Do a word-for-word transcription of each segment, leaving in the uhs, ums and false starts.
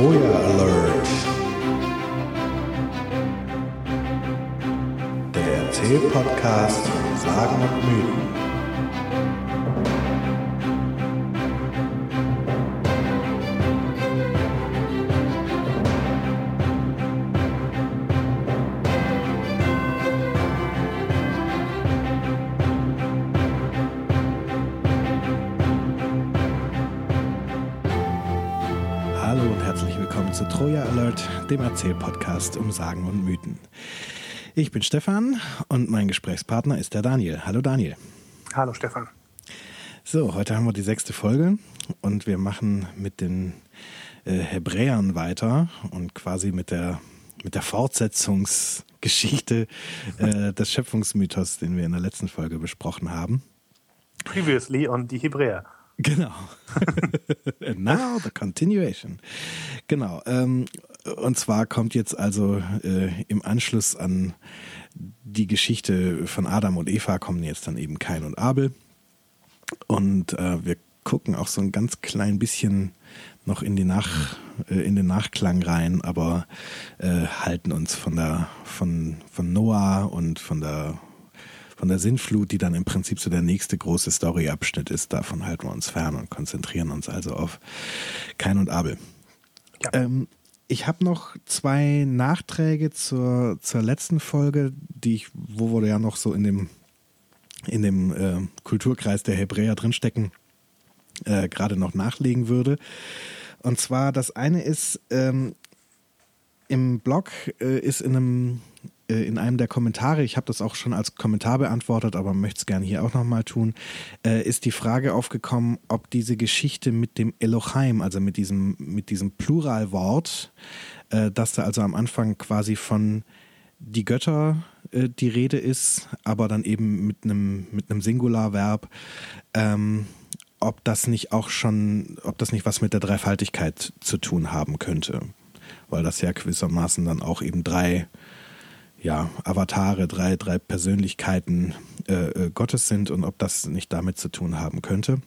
Troja Alert. Der Erzähl-Podcast von Sagen und Mythen. Hallo und herzlich willkommen zu Troja Alert, dem Erzähl-Podcast um Sagen und Mythen. Ich bin Stefan und mein Gesprächspartner ist der Daniel. Hallo Daniel. Hallo Stefan. So, heute haben wir die sechste Folge und wir machen mit den äh, Hebräern weiter und quasi mit der, mit der Fortsetzungsgeschichte äh, des Schöpfungsmythos, den wir in der letzten Folge besprochen haben. Previously on die Hebräer. Genau. And now the continuation. Genau. Ähm, und zwar kommt jetzt also äh, im Anschluss an die Geschichte von Adam und Eva kommen jetzt dann eben Kain und Abel. Und äh, wir gucken auch so ein ganz klein bisschen noch in, die Nach, äh, in den Nachklang rein, aber äh, halten uns von der von, von Noah und von der Von der Sintflut, die dann im Prinzip so der nächste große Storyabschnitt ist, davon halten wir uns fern und konzentrieren uns also auf Kain und Abel. Ja. Ähm, ich habe noch zwei Nachträge zur, zur letzten Folge, die ich, wo wir ja noch so in dem, in dem äh, Kulturkreis der Hebräer drinstecken, äh, gerade noch nachlegen würde. Und zwar das eine ist, ähm, im Blog äh, ist in einem in einem der Kommentare, ich habe das auch schon als Kommentar beantwortet, aber möchte es gerne hier auch nochmal tun, äh, ist die Frage aufgekommen, ob diese Geschichte mit dem Elohim, also mit diesem, mit diesem Pluralwort, äh, dass da also am Anfang quasi von die Götter äh, die Rede ist, aber dann eben mit einem, mit einem Singularverb, ähm, ob das nicht auch schon, ob das nicht was mit der Dreifaltigkeit zu tun haben könnte, weil das ja gewissermaßen dann auch eben drei ja, Avatare, drei, drei Persönlichkeiten äh, Gottes sind und ob das nicht damit zu tun haben könnte.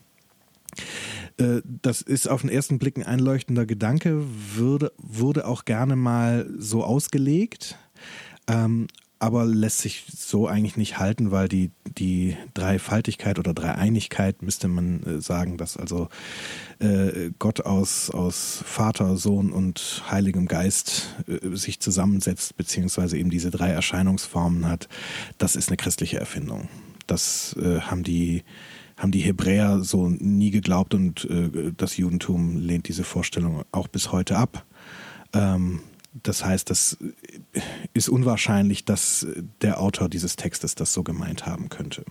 Äh, das ist auf den ersten Blick ein einleuchtender Gedanke, würde, wurde auch gerne mal so ausgelegt, ähm, aber lässt sich so eigentlich nicht halten, weil die, die Dreifaltigkeit oder Dreieinigkeit müsste man äh, sagen, dass also äh, Gott aus, aus Vater, Sohn und Heiligem Geist äh, sich zusammensetzt, beziehungsweise eben diese drei Erscheinungsformen hat. Das ist eine christliche Erfindung. Das äh, haben die haben die Hebräer so nie geglaubt und äh, das Judentum lehnt diese Vorstellung auch bis heute ab. Ähm, Das heißt, das ist unwahrscheinlich, dass der Autor dieses Textes das so gemeint haben könnte.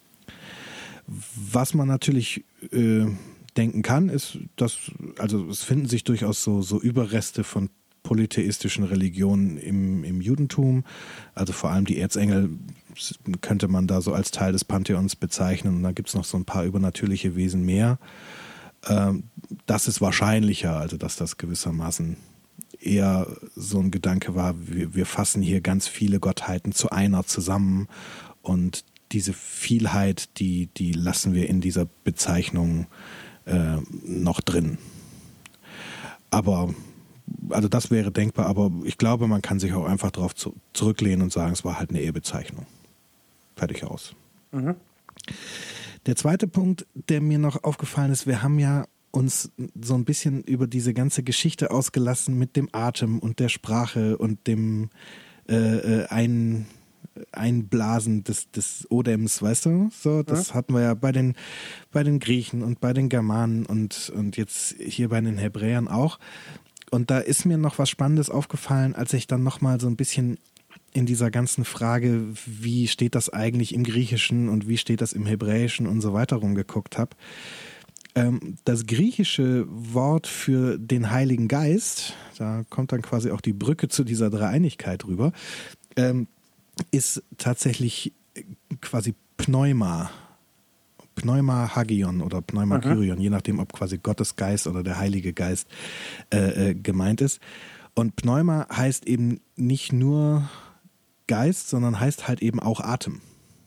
Was man natürlich äh, denken kann, ist, dass, also es finden sich durchaus so, so Überreste von polytheistischen Religionen im, im Judentum. Also vor allem die Erzengel könnte man da so als Teil des Pantheons bezeichnen. Und da gibt es noch so ein paar übernatürliche Wesen mehr. Ähm, das ist wahrscheinlicher, also dass das gewissermaßen eher so ein Gedanke war, wir, wir fassen hier ganz viele Gottheiten zu einer zusammen und diese Vielheit, die, die lassen wir in dieser Bezeichnung äh, noch drin. Aber, also das wäre denkbar, aber ich glaube, man kann sich auch einfach darauf zu, zurücklehnen und sagen, es war halt eine Ehebezeichnung. Fertig aus. Mhm. Der zweite Punkt, der mir noch aufgefallen ist, wir haben ja uns so ein bisschen über diese ganze Geschichte ausgelassen mit dem Atem und der Sprache und dem äh, ein, Einblasen des, des Odems, weißt du? So, das ja. hatten wir ja bei den, bei den Griechen und bei den Germanen und, und jetzt hier bei den Hebräern auch. Und da ist mir noch was Spannendes aufgefallen, als ich dann nochmal so ein bisschen in dieser ganzen Frage, wie steht das eigentlich im Griechischen und wie steht das im Hebräischen und so weiter rumgeguckt habe. Das griechische Wort für den Heiligen Geist, da kommt dann quasi auch die Brücke zu dieser Dreieinigkeit rüber, ist tatsächlich quasi Pneuma. Pneuma Hagion oder Pneuma Kyrion, je nachdem, ob quasi Gottes Geist oder der Heilige Geist äh, gemeint ist. Und Pneuma heißt eben nicht nur Geist, sondern heißt halt eben auch Atem.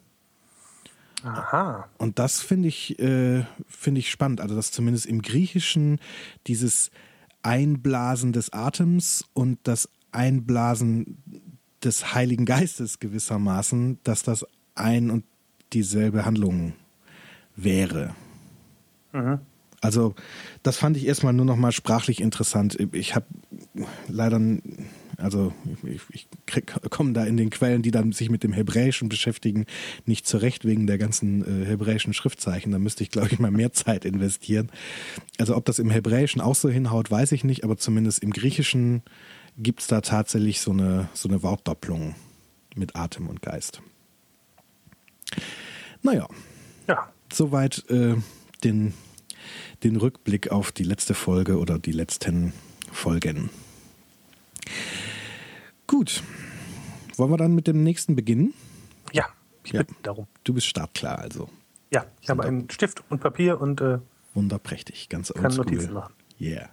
Aha. Und das finde ich, äh, finde ich spannend, also dass zumindest im Griechischen dieses Einblasen des Atems und das Einblasen des Heiligen Geistes gewissermaßen, dass das ein und dieselbe Handlung wäre. Mhm. Also das fand ich erstmal nur noch mal sprachlich interessant. Ich habe leider, also ich, ich komme da in den Quellen, die dann sich mit dem Hebräischen beschäftigen, nicht zurecht wegen der ganzen äh, hebräischen Schriftzeichen. Da müsste ich, glaube ich, mal mehr Zeit investieren. Also ob das im Hebräischen auch so hinhaut, weiß ich nicht, aber zumindest im Griechischen gibt es da tatsächlich so eine, so eine Wortdopplung mit Atem und Geist. Naja, Ja. soweit äh, den den Rückblick auf die letzte Folge oder die letzten Folgen. Gut, wollen wir dann mit dem nächsten beginnen? Ja, ich Ja. bitte darum. Du bist startklar also. Ja, ich habe einen Stift und Papier und äh, Wunderprächtig, ganz kann oldschool. Notizen machen. Yeah.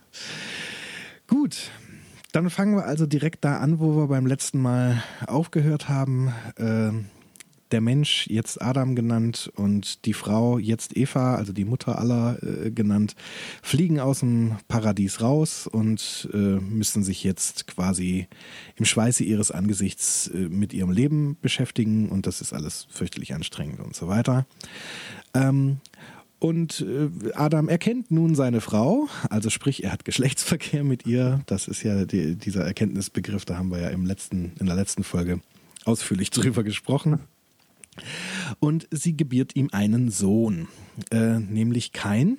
Gut, dann fangen wir also direkt da an, wo wir beim letzten Mal aufgehört haben. Äh, der Mensch, jetzt Adam genannt, und die Frau, jetzt Eva, also die Mutter aller äh, genannt, fliegen aus dem Paradies raus und äh, müssen sich jetzt quasi im Schweiße ihres Angesichts äh, mit ihrem Leben beschäftigen, und das ist alles fürchterlich anstrengend und so weiter. Ähm, Und äh, Adam erkennt nun seine Frau, also sprich, er hat Geschlechtsverkehr mit ihr. Das ist ja die, dieser Erkenntnisbegriff, da haben wir ja im letzten, in der letzten Folge ausführlich drüber gesprochen. Und sie gebiert ihm einen Sohn, äh, nämlich Kain.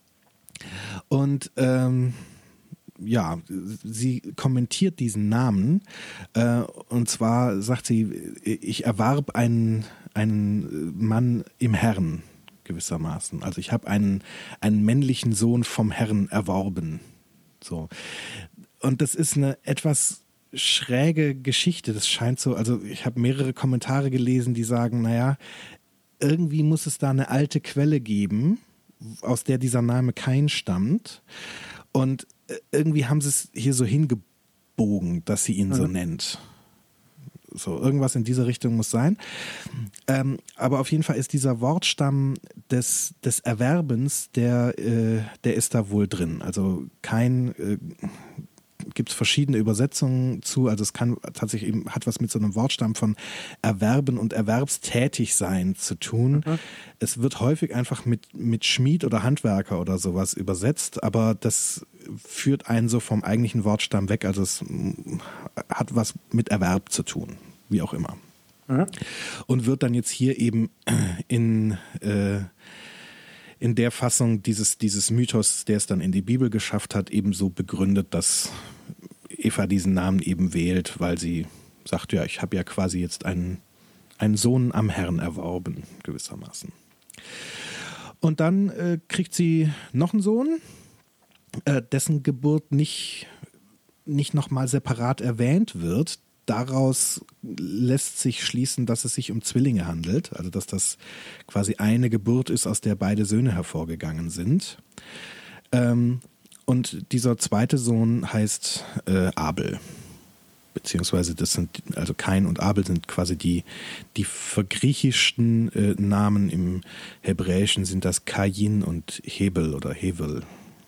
Und ähm, ja, sie kommentiert diesen Namen, äh, und zwar sagt sie, ich erwarb einen, einen Mann im Herrn gewissermaßen. Also ich habe einen, einen männlichen Sohn vom Herrn erworben. So. Und das ist eine etwas schräge Geschichte. Das scheint so, also ich habe mehrere Kommentare gelesen, die sagen, naja, irgendwie muss es da eine alte Quelle geben, aus der dieser Name Kain stammt. Und irgendwie haben sie es hier so hingebogen, dass sie ihn mhm. so nennt. So, irgendwas in diese Richtung muss sein. Ähm, aber auf jeden Fall ist dieser Wortstamm des, des Erwerbens, der, äh, der ist da wohl drin. Also kein, äh, gibt es verschiedene Übersetzungen zu. Also es kann tatsächlich eben, hat was mit so einem Wortstamm von Erwerben und Erwerbstätigsein zu tun. Mhm. Es wird häufig einfach mit, mit Schmied oder Handwerker oder sowas übersetzt, aber das führt einen so vom eigentlichen Wortstamm weg. Also es hat was mit Erwerb zu tun, wie auch immer. Mhm. Und wird dann jetzt hier eben in, äh, in der Fassung dieses, dieses Mythos, der es dann in die Bibel geschafft hat, eben so begründet, dass Eva diesen Namen eben wählt, weil sie sagt, ja, ich habe ja quasi jetzt einen, einen Sohn am Herrn erworben, gewissermaßen. Und dann äh, kriegt sie noch einen Sohn, äh, dessen Geburt nicht, nicht nochmal separat erwähnt wird. Daraus lässt sich schließen, dass es sich um Zwillinge handelt, also dass das quasi eine Geburt ist, aus der beide Söhne hervorgegangen sind. Ähm, und dieser zweite Sohn heißt äh, Abel, beziehungsweise das sind, also Kain und Abel sind quasi die, die vergriechischten äh, Namen. Im Hebräischen sind das Kain und Hebel oder Hevel.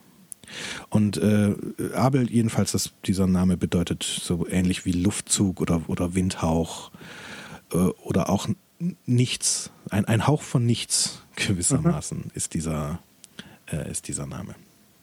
Und äh, Abel jedenfalls, das, dieser Name bedeutet so ähnlich wie Luftzug oder, oder Windhauch äh, oder auch nichts, ein, ein Hauch von nichts gewissermaßen mhm. ist, dieser, äh, ist dieser Name.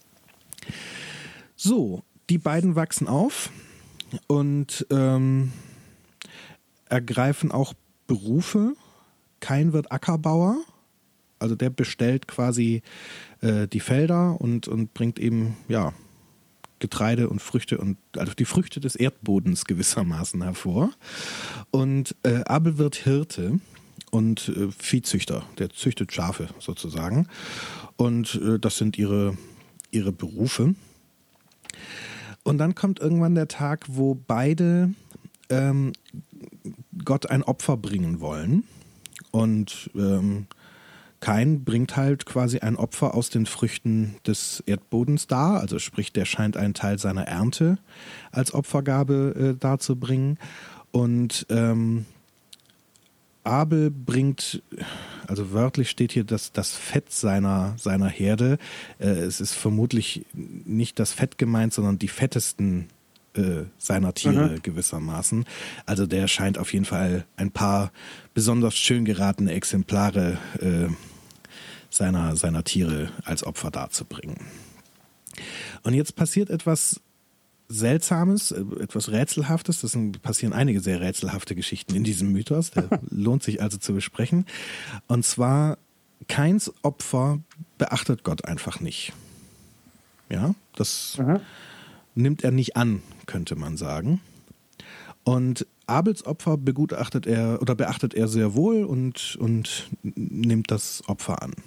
So, die beiden wachsen auf und ähm, ergreifen auch Berufe. Kain wird Ackerbauer. Also der bestellt quasi äh, die Felder und, und bringt eben ja, Getreide und Früchte und also die Früchte des Erdbodens gewissermaßen hervor. Und äh, Abel wird Hirte und äh, Viehzüchter, der züchtet Schafe sozusagen. Und äh, das sind ihre, ihre Berufe. Und dann kommt irgendwann der Tag, wo beide ähm, Gott ein Opfer bringen wollen. Und ähm, Kain bringt halt quasi ein Opfer aus den Früchten des Erdbodens dar, also sprich, der scheint einen Teil seiner Ernte als Opfergabe äh, darzubringen. Und ähm, Abel bringt, also wörtlich steht hier, dass das Fett seiner, seiner Herde, äh, es ist vermutlich nicht das Fett gemeint, sondern die fettesten äh, seiner Tiere mhm. gewissermaßen. Also der scheint auf jeden Fall ein paar besonders schön geratene Exemplare äh, seiner, seiner Tiere als Opfer darzubringen. Und jetzt passiert etwas Seltsames, etwas Rätselhaftes. Das sind, passieren einige sehr rätselhafte Geschichten in diesem Mythos. Der lohnt sich also zu besprechen. Und zwar, Kains Opfer beachtet Gott einfach nicht. Ja, das mhm. nimmt er nicht an, könnte man sagen. Und Abels Opfer begutachtet er oder beachtet er sehr wohl und, und nimmt das Opfer an.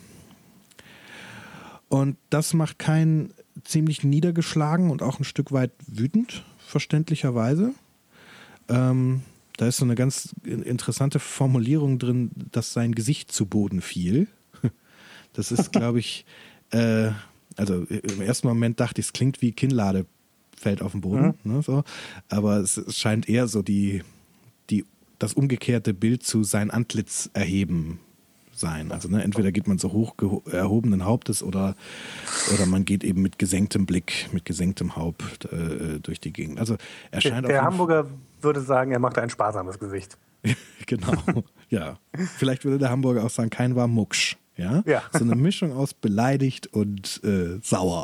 Und das macht Kain ziemlich niedergeschlagen und auch ein Stück weit wütend, verständlicherweise. Ähm, da ist so eine ganz interessante Formulierung drin, dass sein Gesicht zu Boden fiel. Das ist, glaube ich, äh, also im ersten Moment dachte ich, es klingt wie Kinnlade fällt auf den Boden. Mhm. Ne, so. Aber es, es scheint eher so die, die, das umgekehrte Bild zu sein Antlitz erheben sein. Also ne, entweder geht man so hoch erhobenen Hauptes oder, oder man geht eben mit gesenktem Blick, mit gesenktem Haupt äh, durch die Gegend. Also er scheint Der, der Hamburger würde sagen, er macht ein sparsames Gesicht. Genau, ja. Vielleicht würde der Hamburger auch sagen, kein war Mucksch. Ja? Ja. So eine Mischung aus beleidigt und äh, sauer.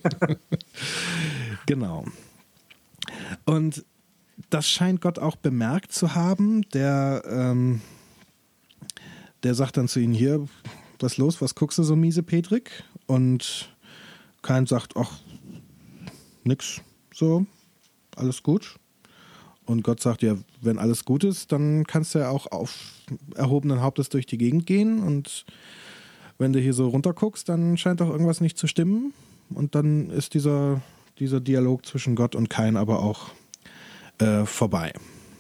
Genau. Und das scheint Gott auch bemerkt zu haben. Der ähm, Der sagt dann zu ihnen, hier, was ist los, was guckst du so miese, Petrik? Und Kain sagt, ach, nix, so, alles gut. Und Gott sagt, ja, wenn alles gut ist, dann kannst du ja auch auf erhobenen Hauptes durch die Gegend gehen. Und wenn du hier so runter guckst, dann scheint doch irgendwas nicht zu stimmen. Und dann ist dieser, dieser Dialog zwischen Gott und Kain aber auch äh, vorbei.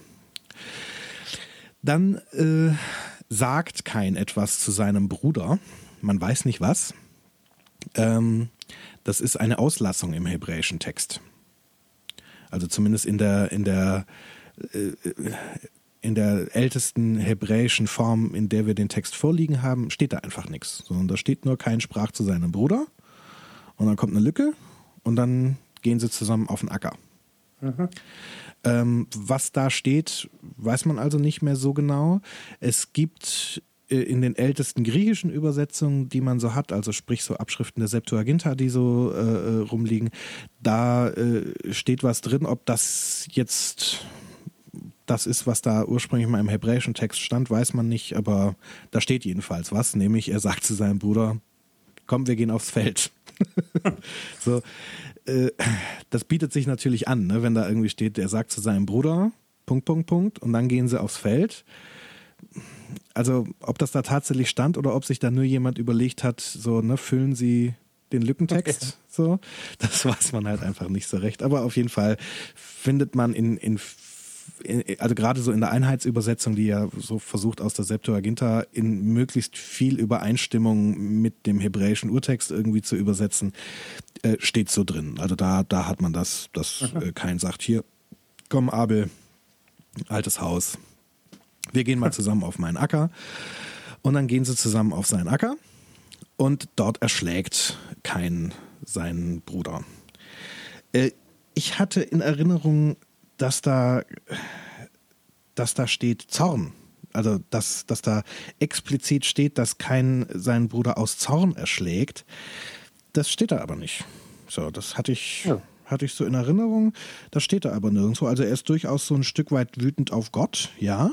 Dann äh, sagt Kain etwas zu seinem Bruder. Man weiß nicht was. Ähm, das ist eine Auslassung im hebräischen Text. Also zumindest in der, in der, äh, in der ältesten hebräischen Form, in der wir den Text vorliegen haben, steht da einfach nichts. Sondern da steht nur, Kain sprach zu seinem Bruder. Und dann kommt eine Lücke und dann gehen sie zusammen auf den Acker. Mhm. Ähm, was da steht, weiß man also nicht mehr so genau. Es gibt äh, in den ältesten griechischen Übersetzungen, die man so hat, also sprich so Abschriften der Septuaginta, die so äh, rumliegen, da äh, steht was drin, ob das jetzt das ist, was da ursprünglich mal im hebräischen Text stand, weiß man nicht, aber da steht jedenfalls was, nämlich er sagt zu seinem Bruder, komm, wir gehen aufs Feld. So, äh, das bietet sich natürlich an, ne, wenn da irgendwie steht, er sagt zu seinem Bruder, Punkt, Punkt, Punkt, und dann gehen sie aufs Feld. Also, ob das da tatsächlich stand oder ob sich da nur jemand überlegt hat, so, ne, füllen sie den Lückentext, okay. So, das weiß man halt einfach nicht so recht. Aber auf jeden Fall findet man in, in also gerade so in der Einheitsübersetzung, die ja so versucht aus der Septuaginta in möglichst viel Übereinstimmung mit dem hebräischen Urtext irgendwie zu übersetzen, äh, steht so drin. Also da, da hat man das, dass äh, Kain sagt, hier, komm Abel, altes Haus, wir gehen mal zusammen auf meinen Acker. Und dann gehen sie zusammen auf seinen Acker und dort erschlägt Kain seinen Bruder. Äh, ich hatte in Erinnerung, dass da, dass da steht Zorn. Also, dass, dass da explizit steht, dass Kain seinen Bruder aus Zorn erschlägt. Das steht da aber nicht. So, das hatte ich, ja. hatte ich so in Erinnerung. Das steht da aber nirgendwo. Also, er ist durchaus so ein Stück weit wütend auf Gott, ja.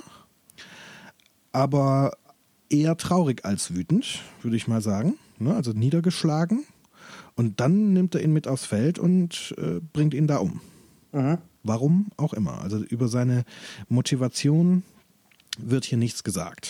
Aber eher traurig als wütend, würde ich mal sagen. Ne? Also niedergeschlagen. Und dann nimmt er ihn mit aufs Feld und äh, bringt ihn da um. Mhm. Warum auch immer. Also über seine Motivation wird hier nichts gesagt.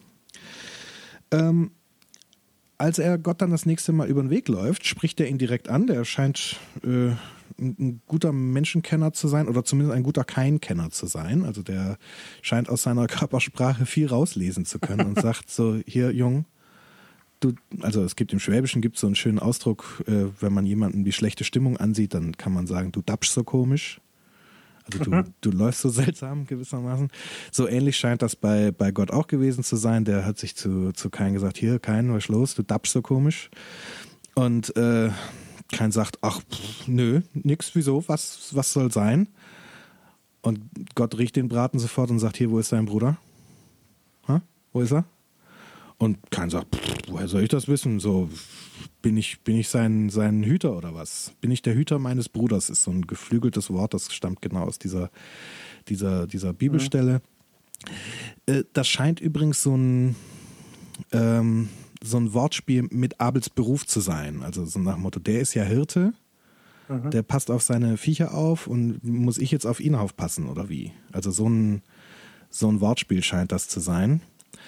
Ähm, als er Gott dann das nächste Mal über den Weg läuft, spricht er ihn direkt an. Der scheint äh, ein, ein guter Menschenkenner zu sein oder zumindest ein guter Kain-Kenner zu sein. Also der scheint aus seiner Körpersprache viel rauslesen zu können und sagt so, hier Jung, du, also es gibt im Schwäbischen gibt so einen schönen Ausdruck, äh, wenn man jemanden die schlechte Stimmung ansieht, dann kann man sagen, du dapsch so komisch. Also du, mhm. du läufst so seltsam gewissermaßen. So ähnlich scheint das bei, bei Gott auch gewesen zu sein. Der hat sich zu, zu Kain gesagt, hier Kain, was ist los? Du dappst so komisch. Und äh, Kain sagt, ach pff, nö, nix, wieso, was, was soll sein? Und Gott riecht den Braten sofort und sagt, hier, wo ist dein Bruder? Ha? Wo ist er? Und Kain sagt, pff, woher soll ich das wissen? So, bin ich, bin ich sein, sein Hüter oder was? Bin ich der Hüter meines Bruders? Ist so ein geflügeltes Wort, das stammt genau aus dieser, dieser, dieser Bibelstelle. Mhm. Äh, das scheint übrigens so ein, ähm, so ein Wortspiel mit Abels Beruf zu sein. Also so nach dem Motto, der ist ja Hirte, mhm. der passt auf seine Viecher auf und muss ich jetzt auf ihn aufpassen oder wie? Also so ein, so ein Wortspiel scheint das zu sein.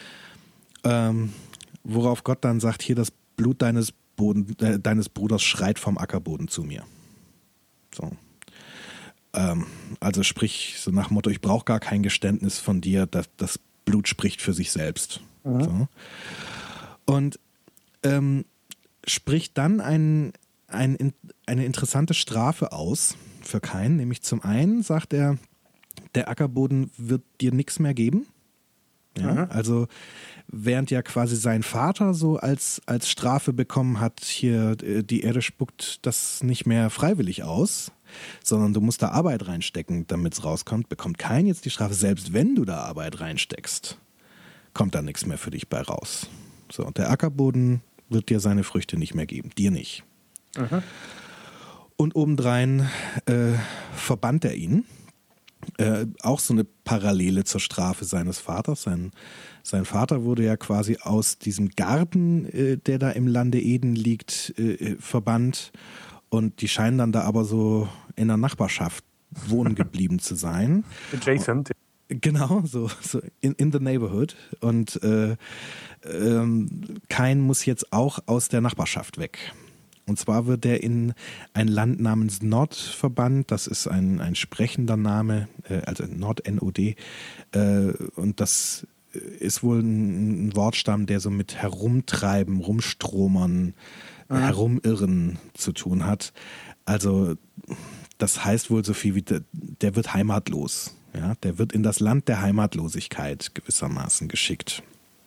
Ähm, worauf Gott dann sagt, hier das Blut deines, Boden, äh, deines Bruders schreit vom Ackerboden zu mir. So. Ähm, also sprich, so nach dem Motto, ich brauche gar kein Geständnis von dir, das, das Blut spricht für sich selbst. Mhm. So. Und ähm, spricht dann ein, ein, eine interessante Strafe aus für Kain, nämlich zum einen sagt er, der Ackerboden wird dir nichts mehr geben. Ja, mhm. Also während ja quasi sein Vater so als, als Strafe bekommen hat, hier die Erde spuckt das nicht mehr freiwillig aus, sondern du musst da Arbeit reinstecken, damit es rauskommt, bekommt Kain jetzt die Strafe, selbst wenn du da Arbeit reinsteckst, kommt da nichts mehr für dich bei raus. So, und der Ackerboden wird dir seine Früchte nicht mehr geben, dir nicht. Mhm. Und obendrein äh, verbannt er ihn. Äh, auch so eine Parallele zur Strafe seines Vaters. Sein, sein Vater wurde ja quasi aus diesem Garten, äh, der da im Lande Eden liegt, äh, verbannt. Und die scheinen dann da aber so in der Nachbarschaft wohnen geblieben zu sein. Adjacent. Genau, so, so in, in the neighborhood. Und äh, ähm, Kain muss jetzt auch aus der Nachbarschaft weg. Und zwar wird er in ein Land namens Nod verbannt. Das ist ein, ein sprechender Name, äh, also Nod, N O D. Äh, und das ist wohl ein, ein Wortstamm, der so mit Herumtreiben, Rumstromern, mhm. Herumirren zu tun hat. Also das heißt wohl so viel wie, der, der wird heimatlos. Ja? Der wird in das Land der Heimatlosigkeit gewissermaßen geschickt.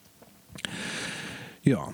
Ja.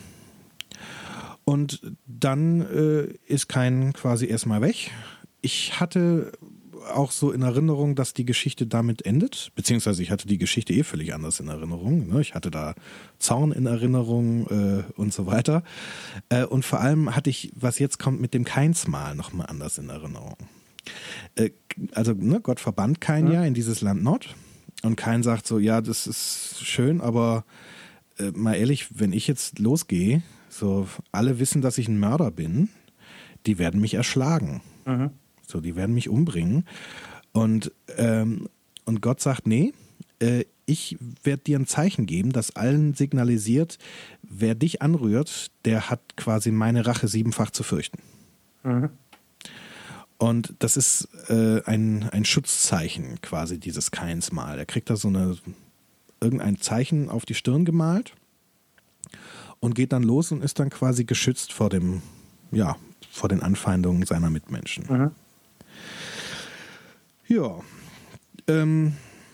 Und dann äh, ist Kain quasi erstmal weg. Ich hatte auch so in Erinnerung, dass die Geschichte damit endet, beziehungsweise ich hatte die Geschichte eh völlig anders in Erinnerung. Ne? Ich hatte da Zorn in Erinnerung äh, und so weiter. Äh, und vor allem hatte ich, was jetzt kommt, mit dem Kainsmal nochmal anders in Erinnerung. Äh, also ne, Gott verbannt Kain ja in dieses Land Nod. Und Kain sagt so, ja, das ist schön, aber äh, mal ehrlich, wenn ich jetzt losgehe, so, alle wissen, dass ich ein Mörder bin, die werden mich erschlagen. Mhm. So, die werden mich umbringen. Und, ähm, und Gott sagt, nee, äh, ich werde dir ein Zeichen geben, das allen signalisiert, wer dich anrührt, der hat quasi meine Rache siebenfach zu fürchten. Mhm. Und das ist äh, ein, ein Schutzzeichen quasi dieses Kainsmal. Er kriegt da so eine, irgendein Zeichen auf die Stirn gemalt. Und geht dann los und ist dann quasi geschützt vor dem, ja, vor den Anfeindungen seiner Mitmenschen. Mhm. Ja. Ähm,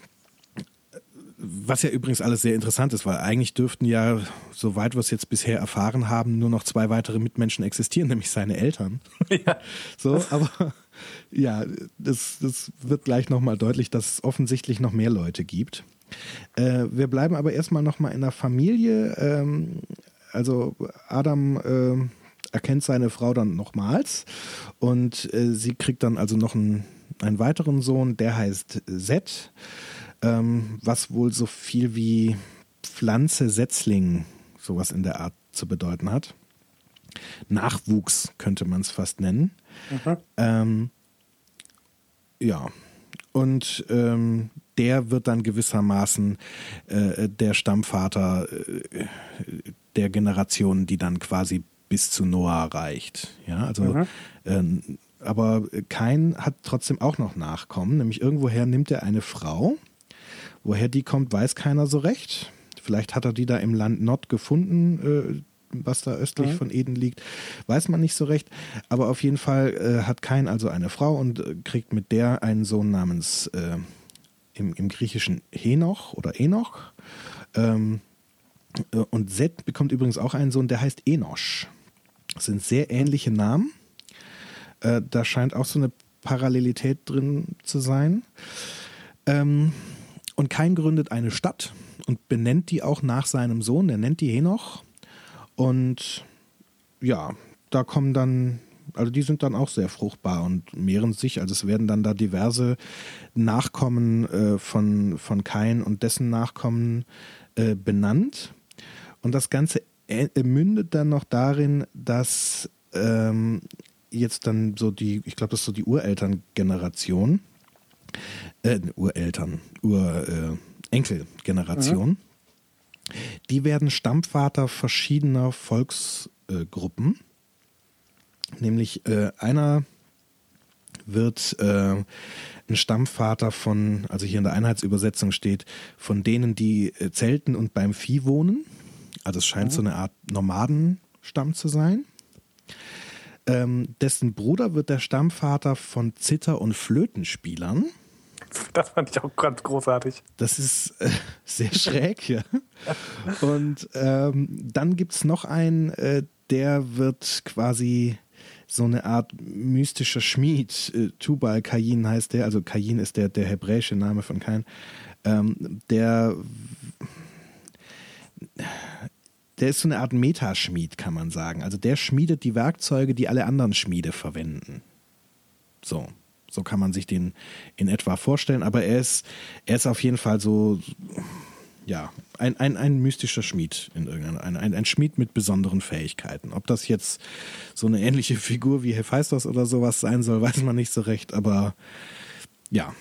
was ja übrigens alles sehr interessant ist, weil eigentlich dürften ja, soweit wir es jetzt bisher erfahren haben, nur noch zwei weitere Mitmenschen existieren, nämlich seine Eltern. Ja. So, aber ja, das, das wird gleich nochmal deutlich, dass es offensichtlich noch mehr Leute gibt. Äh, wir bleiben aber erstmal nochmal in der Familie. Ähm, also Adam äh, erkennt seine Frau dann nochmals und äh, sie kriegt dann also noch einen, einen weiteren Sohn, der heißt Seth, ähm, was wohl so viel wie Pflanze, Setzling, sowas in der Art zu bedeuten hat. Nachwuchs könnte man es fast nennen. Mhm. Ähm, ja, und ähm, der wird dann gewissermaßen äh, der Stammvater äh, der Generation, die dann quasi bis zu Noah reicht. Ja, also, mhm. ähm, aber Kain hat trotzdem auch noch Nachkommen, nämlich irgendwoher nimmt er eine Frau. Woher die kommt, weiß keiner so recht. Vielleicht hat er die da im Land Nod gefunden, äh, was da östlich Mhm. von Eden liegt, weiß man nicht so recht. Aber auf jeden Fall äh, hat Kain also eine Frau und äh, kriegt mit der einen Sohn namens äh, im, im Griechischen Henoch oder Enoch. Ähm, äh, und Seth bekommt übrigens auch einen Sohn, der heißt Enosch. Das sind sehr ähnliche Namen. Äh, da scheint auch so eine Parallelität drin zu sein. Ähm, und Kain gründet eine Stadt und benennt die auch nach seinem Sohn. Der nennt die Henoch. Und ja, da kommen dann, also die sind dann auch sehr fruchtbar und mehren sich. Also es werden dann da diverse Nachkommen äh, von, von Kain und dessen Nachkommen äh, benannt. Und das Ganze äh, mündet dann noch darin, dass ähm, jetzt dann so die, ich glaube, das ist so die Urelterngeneration, äh, Ureltern, Urenkelgeneration, mhm. die werden Stammvater verschiedener Volksgruppen. Äh, Nämlich äh, einer wird äh, ein Stammvater von, also hier in der Einheitsübersetzung steht, von denen, die äh, zelten und beim Vieh wohnen. Also es scheint mhm. so eine Art Nomadenstamm zu sein. Ähm, dessen Bruder wird der Stammvater von Zither- und Flötenspielern. Das fand ich auch ganz großartig. Das ist äh, sehr schräg, ja. Und ähm, dann gibt es noch einen, äh, der wird quasi so eine Art mystischer Schmied. Äh, Tubal-Kain heißt der, also Kain ist der, der hebräische Name von Kain. Ähm, der Der ist so eine Art Metaschmied, kann man sagen. Also der schmiedet die Werkzeuge, die alle anderen Schmiede verwenden. So, so kann man sich den in etwa vorstellen. Aber er ist, er ist auf jeden Fall so, ja, ein, ein, ein mystischer Schmied in irgendeiner, ein, ein, ein Schmied mit besonderen Fähigkeiten. Ob das jetzt so eine ähnliche Figur wie Hephaistos oder sowas sein soll, weiß man nicht so recht. Aber ja.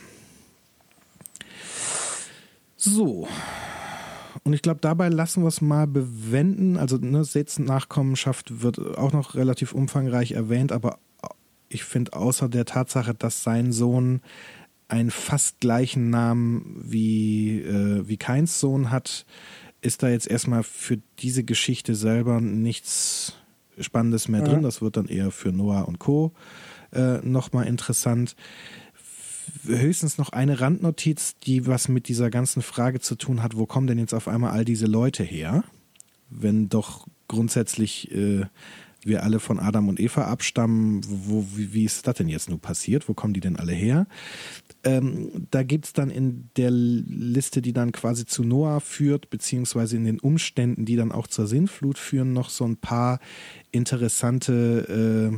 So. Und ich glaube, dabei lassen wir es mal bewenden. Also ne, Seths Nachkommenschaft wird auch noch relativ umfangreich erwähnt, aber ich finde außer der Tatsache, dass sein Sohn einen fast gleichen Namen wie, äh, wie Kains Sohn hat, ist da jetzt erstmal für diese Geschichte selber nichts Spannendes mehr drin. Das wird dann eher für Noah und Co. äh, nochmal interessant. Höchstens noch eine Randnotiz, die was mit dieser ganzen Frage zu tun hat, wo kommen denn jetzt auf einmal all diese Leute her, wenn doch grundsätzlich äh, wir alle von Adam und Eva abstammen, wo, wie, wie ist das denn jetzt nur passiert, wo kommen die denn alle her? Ähm, da gibt es dann in der Liste, die dann quasi zu Noah führt, beziehungsweise in den Umständen, die dann auch zur Sintflut führen, noch so ein paar interessante äh,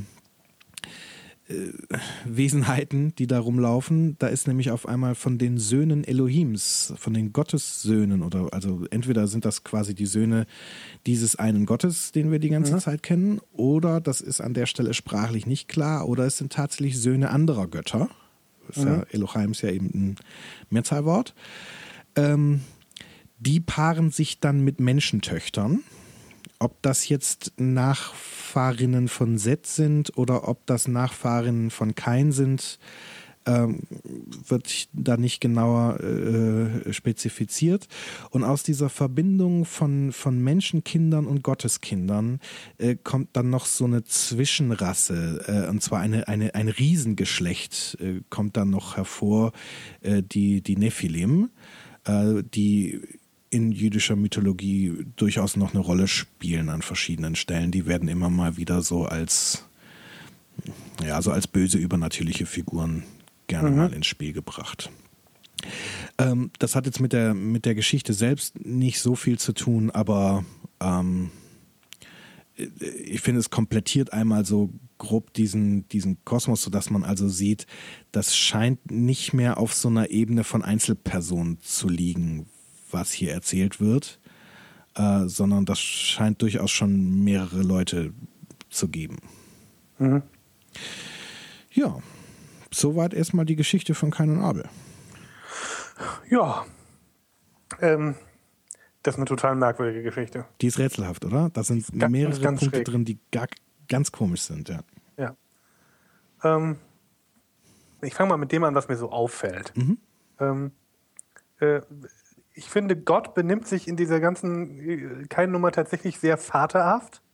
Wesenheiten, die da rumlaufen. Da ist nämlich auf einmal von den Söhnen Elohims, von den Gottessöhnen, oder also entweder sind das quasi die Söhne dieses einen Gottes, den wir die ganze ja. Zeit kennen, oder das ist an der Stelle sprachlich nicht klar, oder es sind tatsächlich Söhne anderer Götter. Ist ja. Ja, Elohim ist ja eben ein Mehrzahlwort. Ähm, die paaren sich dann mit Menschentöchtern. Ob das jetzt Nachfahrinnen von Seth sind oder ob das Nachfahrinnen von Kain sind, ähm, wird da nicht genauer äh, spezifiziert. Und aus dieser Verbindung von, von Menschenkindern und Gotteskindern äh, kommt dann noch so eine Zwischenrasse, äh, und zwar eine, eine, ein Riesengeschlecht äh, kommt dann noch hervor, äh, die, die Nephilim, äh, die in jüdischer Mythologie durchaus noch eine Rolle spielen an verschiedenen Stellen. Die werden immer mal wieder so als, ja, so als böse übernatürliche Figuren gerne mhm. mal ins Spiel gebracht. Ähm, das hat jetzt mit der, mit der Geschichte selbst nicht so viel zu tun, aber ähm, ich finde, es komplettiert einmal so grob diesen, diesen Kosmos, sodass man also sieht, das scheint nicht mehr auf so einer Ebene von Einzelpersonen zu liegen, was hier erzählt wird, äh, sondern das scheint durchaus schon mehrere Leute zu geben. Mhm. Ja, soweit erstmal die Geschichte von Kain und Abel. Ja, ähm, das ist eine total merkwürdige Geschichte. Die ist rätselhaft, oder? Da sind ganz, mehrere ganz Punkte schräg drin, die gar, ganz komisch sind, ja. Ja. Ähm, ich fange mal mit dem an, was mir so auffällt. Mhm. Ähm, äh, Ich finde, Gott benimmt sich in dieser ganzen Kain-Nummer tatsächlich sehr vaterhaft.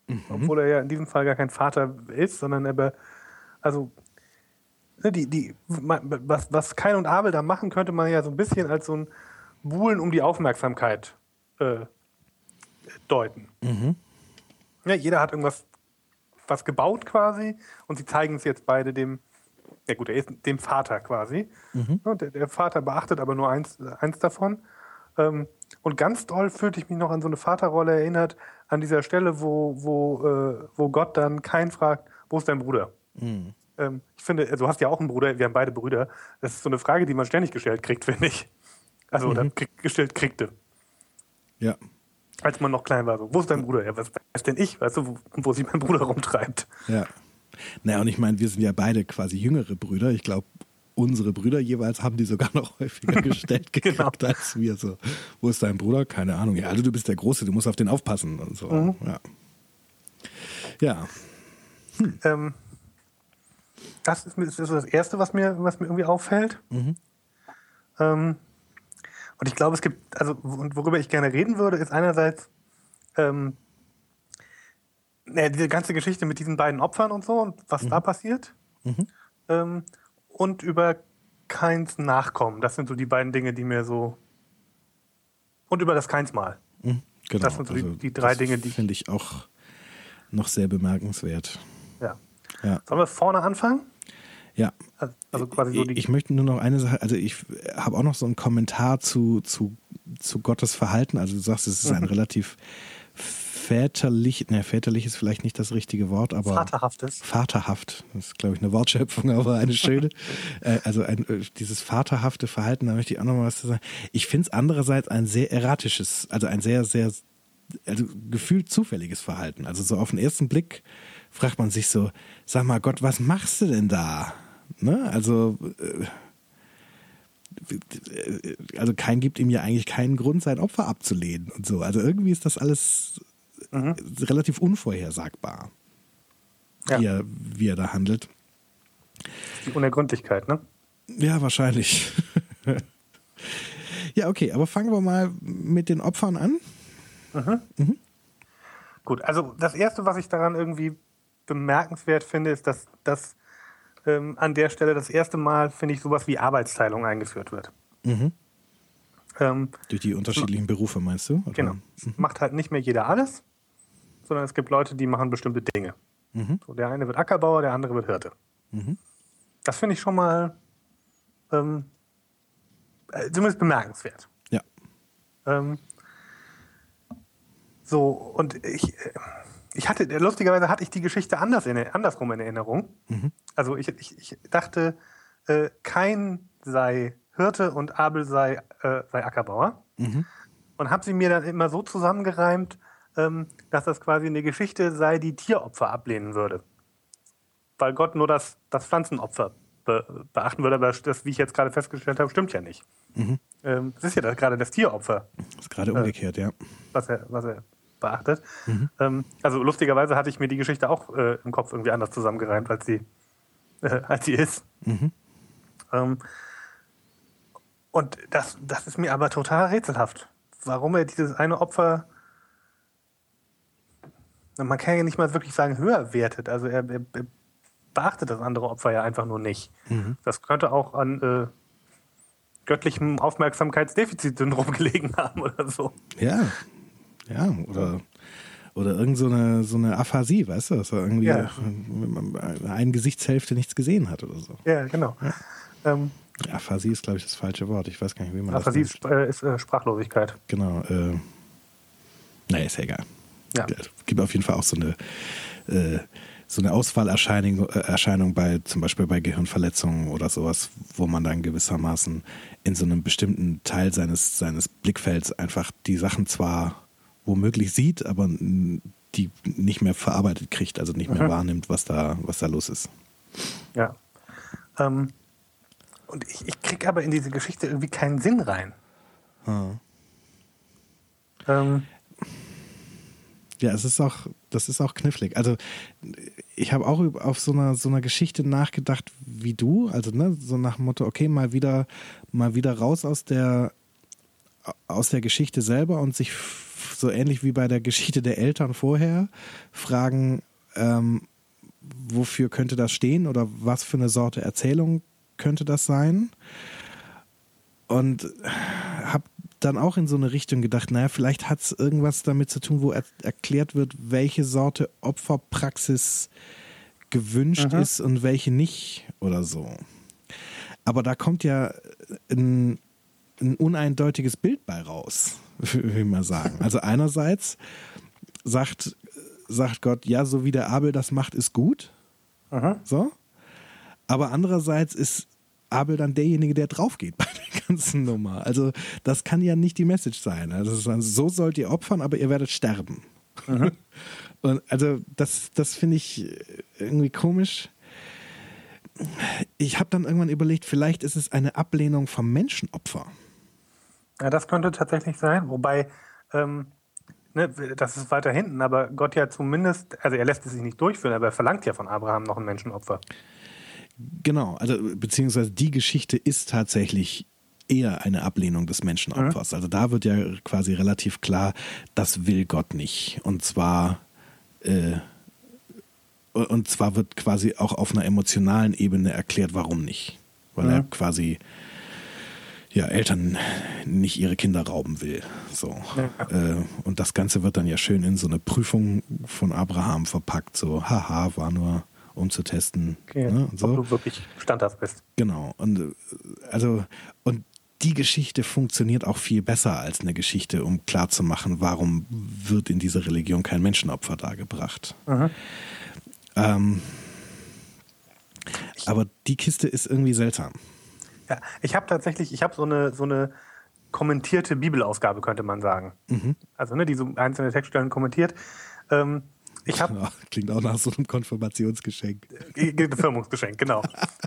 mhm. obwohl er ja in diesem Fall gar kein Vater ist, sondern er, also die, die, was, was Kain und Abel da machen, könnte man ja so ein bisschen als so ein Buhlen um die Aufmerksamkeit äh, deuten. Mhm. Ja, jeder hat irgendwas was gebaut quasi und sie zeigen es jetzt beide dem, ja gut, er ist dem Vater quasi. Mhm. Und der, der Vater beachtet aber nur eins, eins davon. Ähm, und ganz doll fühlte ich mich noch an so eine Vaterrolle erinnert, an dieser Stelle, wo, wo, äh, wo Gott dann Kain fragt, wo ist dein Bruder? Mhm. Ähm, ich finde, du hast ja auch einen Bruder, wir haben beide Brüder. Das ist so eine Frage, die man ständig gestellt kriegt, finde ich. Also, mhm. oder krieg, gestellt kriegte. Ja. Als man noch klein war. So, wo ist dein Bruder? Ja, was weiß denn ich? Weißt du, wo, wo sich mein Bruder rumtreibt? Ja. Naja, und ich meine, wir sind ja beide quasi jüngere Brüder. Ich glaube, unsere Brüder jeweils haben die sogar noch häufiger gestellt gekriegt genau. als wir. So, wo ist dein Bruder? Keine Ahnung. Ja, also du bist der Große, du musst auf den aufpassen und so. Mhm. Ja. Ja. Hm. Ähm, das ist, ist das Erste, was mir, was mir irgendwie auffällt. Mhm. Ähm, und ich glaube, es gibt, also worüber ich gerne reden würde, ist einerseits ähm, diese ganze Geschichte mit diesen beiden Opfern und so und was mhm. da passiert. Mhm. Ähm, und über Kains Nachkommen. Das sind so die beiden Dinge, die mir so... Und über das Kainsmal. Mhm. Genau. Das sind so also die, die drei Dinge, die... finde ich auch noch sehr bemerkenswert. Ja. ja. Sollen wir vorne anfangen? Ja. Also quasi so die ich möchte nur noch eine Sache, also ich habe auch noch so einen Kommentar zu, zu, zu Gottes Verhalten. Also du sagst, es ist ein mhm. relativ väterlich, ne, väterlich ist vielleicht nicht das richtige Wort, aber vaterhaftes. Vaterhaft, das ist glaube ich eine Wortschöpfung, aber eine schöne. äh, also ein, dieses vaterhafte Verhalten, da möchte ich auch noch mal was zu sagen. Ich finde es andererseits ein sehr erratisches, also ein sehr, sehr, also gefühlt zufälliges Verhalten. Also so auf den ersten Blick fragt man sich so, sag mal Gott, was machst du denn da? Ne? Also äh, also Kain gibt ihm ja eigentlich keinen Grund, sein Opfer abzulehnen und so. Also irgendwie ist das alles mhm. relativ unvorhersagbar, ja. wie, er, wie er da handelt. Die Unergründlichkeit, ne? Ja, wahrscheinlich. Ja, okay, aber fangen wir mal mit den Opfern an. Mhm. Mhm. Gut, also das Erste, was ich daran irgendwie bemerkenswert finde, ist, dass das ähm, an der Stelle das erste Mal, finde ich, sowas wie Arbeitsteilung eingeführt wird. Mhm. Ähm, Durch die unterschiedlichen Berufe, meinst du? Oder? Genau. Mhm. Macht halt nicht mehr jeder alles, sondern es gibt Leute, die machen bestimmte Dinge. Mhm. So, der eine wird Ackerbauer, der andere wird Hirte. Mhm. Das finde ich schon mal ähm, zumindest bemerkenswert. Ja. Ähm, so, und ich, ich hatte, lustigerweise hatte ich die Geschichte anders in, andersrum in Erinnerung. Mhm. Also ich, ich, ich dachte, äh, Kain sei Hirte und Abel sei, äh, sei Ackerbauer. Mhm. Und habe sie mir dann immer so zusammengereimt, ähm, dass das quasi eine Geschichte sei, die Tieropfer ablehnen würde. Weil Gott nur das, das Pflanzenopfer be- beachten würde, aber das, wie ich jetzt gerade festgestellt habe, stimmt ja nicht. Mhm. Ähm, das ist ja das, gerade das Tieropfer. Das ist gerade umgekehrt, äh, ja. Was er, was er beachtet. Mhm. Ähm, also lustigerweise hatte ich mir die Geschichte auch äh, im Kopf irgendwie anders zusammengereimt, als sie, äh, als sie ist. Mhm. Ähm, und das, das ist mir aber total rätselhaft. Warum er dieses eine Opfer, man kann ja nicht mal wirklich sagen, höher wertet. Also er, er, er beachtet das andere Opfer ja einfach nur nicht. Mhm. Das könnte auch an äh, göttlichem Aufmerksamkeitsdefizitsyndrom gelegen haben oder so. Ja, ja, oder, oder irgend so eine, so eine Aphasie, weißt du, dass er irgendwie ja. eine Gesichtshälfte nichts gesehen hat oder so. Ja, genau. Ja. Ähm, Aphasie ist, glaube ich, das falsche Wort. Ich weiß gar nicht, wie man Aphasie das nennt. Aphasie ist, äh, ist äh, Sprachlosigkeit. Genau. Äh, naja, ist ja egal. Ja. Es gibt auf jeden Fall auch so eine, äh, so eine Ausfallerscheinung äh, Erscheinung bei, zum Beispiel bei Gehirnverletzungen oder sowas, wo man dann gewissermaßen in so einem bestimmten Teil seines, seines Blickfelds einfach die Sachen zwar womöglich sieht, aber die nicht mehr verarbeitet kriegt, also nicht mehr mhm. wahrnimmt, was da, was da los ist. Ja. Ähm, und ich, ich kriege aber in diese Geschichte irgendwie keinen Sinn rein. Hm. Ähm, Ja, es ist auch, das ist auch knifflig. Also ich habe auch auf so einer so einer Geschichte nachgedacht wie du, also ne, so nach dem Motto, okay, mal wieder, mal wieder raus aus der aus der Geschichte selber und sich so ähnlich wie bei der Geschichte der Eltern vorher, fragen, ähm, wofür könnte das stehen oder was für eine Sorte Erzählung könnte das sein? Und habe dann auch in so eine Richtung gedacht, naja, vielleicht hat es irgendwas damit zu tun, wo er erklärt wird, welche Sorte Opferpraxis gewünscht Mhm. ist und welche nicht oder so. Aber da kommt ja ein, ein uneindeutiges Bild bei raus, will ich mal sagen. Also einerseits sagt, sagt Gott, ja, so wie der Abel das macht, ist gut. Mhm. So. Aber andererseits ist Abel dann derjenige, der drauf geht bei der ganzen Nummer. Also das kann ja nicht die Message sein. Also es ist, so sollt ihr opfern, aber ihr werdet sterben. Mhm. Und also das, das finde ich irgendwie komisch. Ich habe dann irgendwann überlegt, vielleicht ist es eine Ablehnung vom Menschenopfer. Ja, das könnte tatsächlich sein, wobei, ähm, ne, das ist weiter hinten, aber Gott ja zumindest, also er lässt es sich nicht durchführen, aber er verlangt ja von Abraham noch ein Menschenopfer. Genau, also beziehungsweise die Geschichte ist tatsächlich eher eine Ablehnung des Menschenopfers. Mhm. Also da wird ja quasi relativ klar, das will Gott nicht. Und zwar äh, und zwar wird quasi auch auf einer emotionalen Ebene erklärt, warum nicht. Weil mhm. er quasi ja, Eltern nicht ihre Kinder rauben will. So. Ja. Äh, und das Ganze wird dann ja schön in so eine Prüfung von Abraham verpackt. So, haha, war nur um zu testen. Okay, ne, und so. Ob du wirklich standhaft bist. Genau. Und also, und die Geschichte funktioniert auch viel besser als eine Geschichte, um klarzumachen, warum wird in dieser Religion kein Menschenopfer dargebracht. Mhm. Ähm, aber die Kiste ist irgendwie seltsam. Ja, ich habe tatsächlich, ich habe so eine, so eine kommentierte Bibelausgabe, könnte man sagen. Mhm. Also, ne, die so einzelne Textstellen kommentiert. Ähm, ich hab, ja, klingt auch nach so einem Konfirmationsgeschenk. Firmungsgeschenk, genau.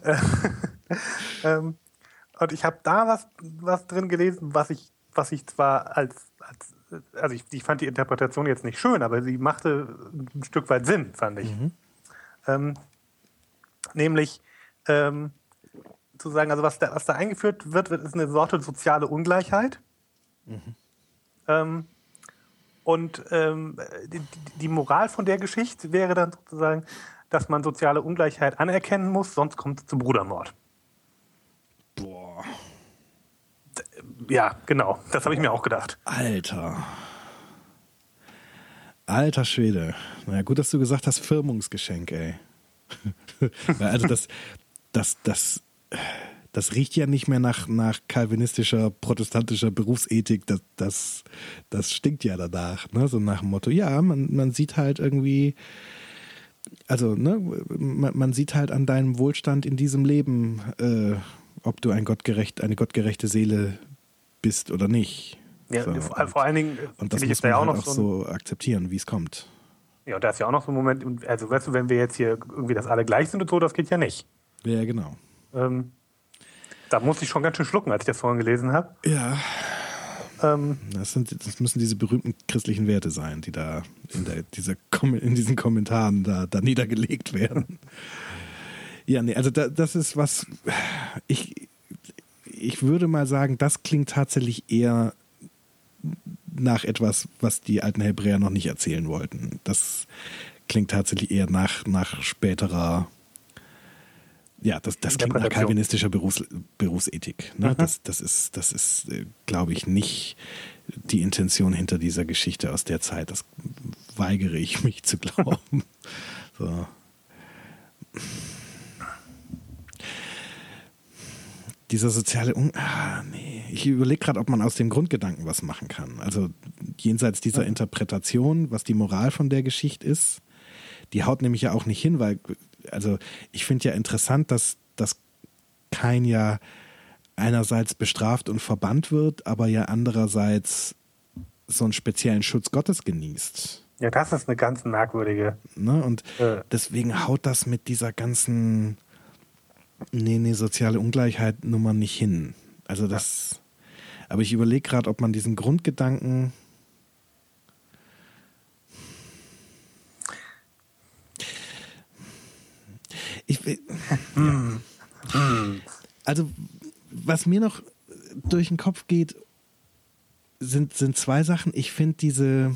ähm, und ich habe da was, was drin gelesen, was ich, was ich zwar als, als also ich, ich fand die Interpretation jetzt nicht schön, aber sie machte ein Stück weit Sinn, fand ich. Mhm. Ähm, nämlich ähm, zu sagen, also was da, was da eingeführt wird, ist eine Sorte soziale Ungleichheit. Mhm. Ähm, und ähm, die, die Moral von der Geschichte wäre dann sozusagen, dass man soziale Ungleichheit anerkennen muss, sonst kommt es zu Brudermord. Boah. Ja, genau. Das habe ich mir auch gedacht. Alter. Alter Schwede. Na ja, gut, dass du gesagt hast, Firmungsgeschenk, ey. Also das, das, das, das riecht ja nicht mehr nach, nach kalvinistischer, protestantischer Berufsethik. Das, das, das stinkt ja danach. Ne? So nach dem Motto, ja, man, man sieht halt irgendwie, also ne, man, man sieht halt an deinem Wohlstand in diesem Leben, äh, ob du ein gottgerecht, eine gottgerechte Seele bist oder nicht. Ja, so, vor, und, vor allen Dingen. Und das muss man ja auch, halt auch so akzeptieren, wie es kommt. Ja, und da ist ja auch noch so ein Moment, also weißt du, wenn wir jetzt hier irgendwie, dass alle gleich sind und so, das geht ja nicht. Ja, genau. Ähm, da musste ich schon ganz schön schlucken, als ich das vorhin gelesen habe. Ja. Ähm, das, sind, das müssen diese berühmten christlichen Werte sein, die da in, der, dieser, in diesen Kommentaren da, da niedergelegt werden. Ja, nee, also da, das ist was, ich, ich würde mal sagen, das klingt tatsächlich eher nach etwas, was die alten Hebräer noch nicht erzählen wollten. Das klingt tatsächlich eher nach, nach späterer, ja, das, das klingt nach kalvinistischer Berufs, Berufsethik. Ne? Mhm. Das, das ist, das ist, glaube ich, nicht die Intention hinter dieser Geschichte aus der Zeit. Das weigere ich mich zu glauben. So. Dieser soziale Un ah, nee. Ich überlege gerade, ob man aus dem Grundgedanken was machen kann. Also jenseits dieser ja. Interpretation, was die Moral von der Geschichte ist, die haut nämlich ja auch nicht hin, weil, also ich finde ja interessant, dass, dass Kain ja einerseits bestraft und verbannt wird, aber ja andererseits so einen speziellen Schutz Gottes genießt. Ja, das ist eine ganz merkwürdige. Ne? Und äh. deswegen haut das mit dieser ganzen Nee, nee, soziale Ungleichheit Nummer nicht hin. Also das, ja. Aber ich überlege gerade, ob man diesen Grundgedanken ich ja. Also was mir noch durch den Kopf geht, sind, sind zwei Sachen. Ich finde diese,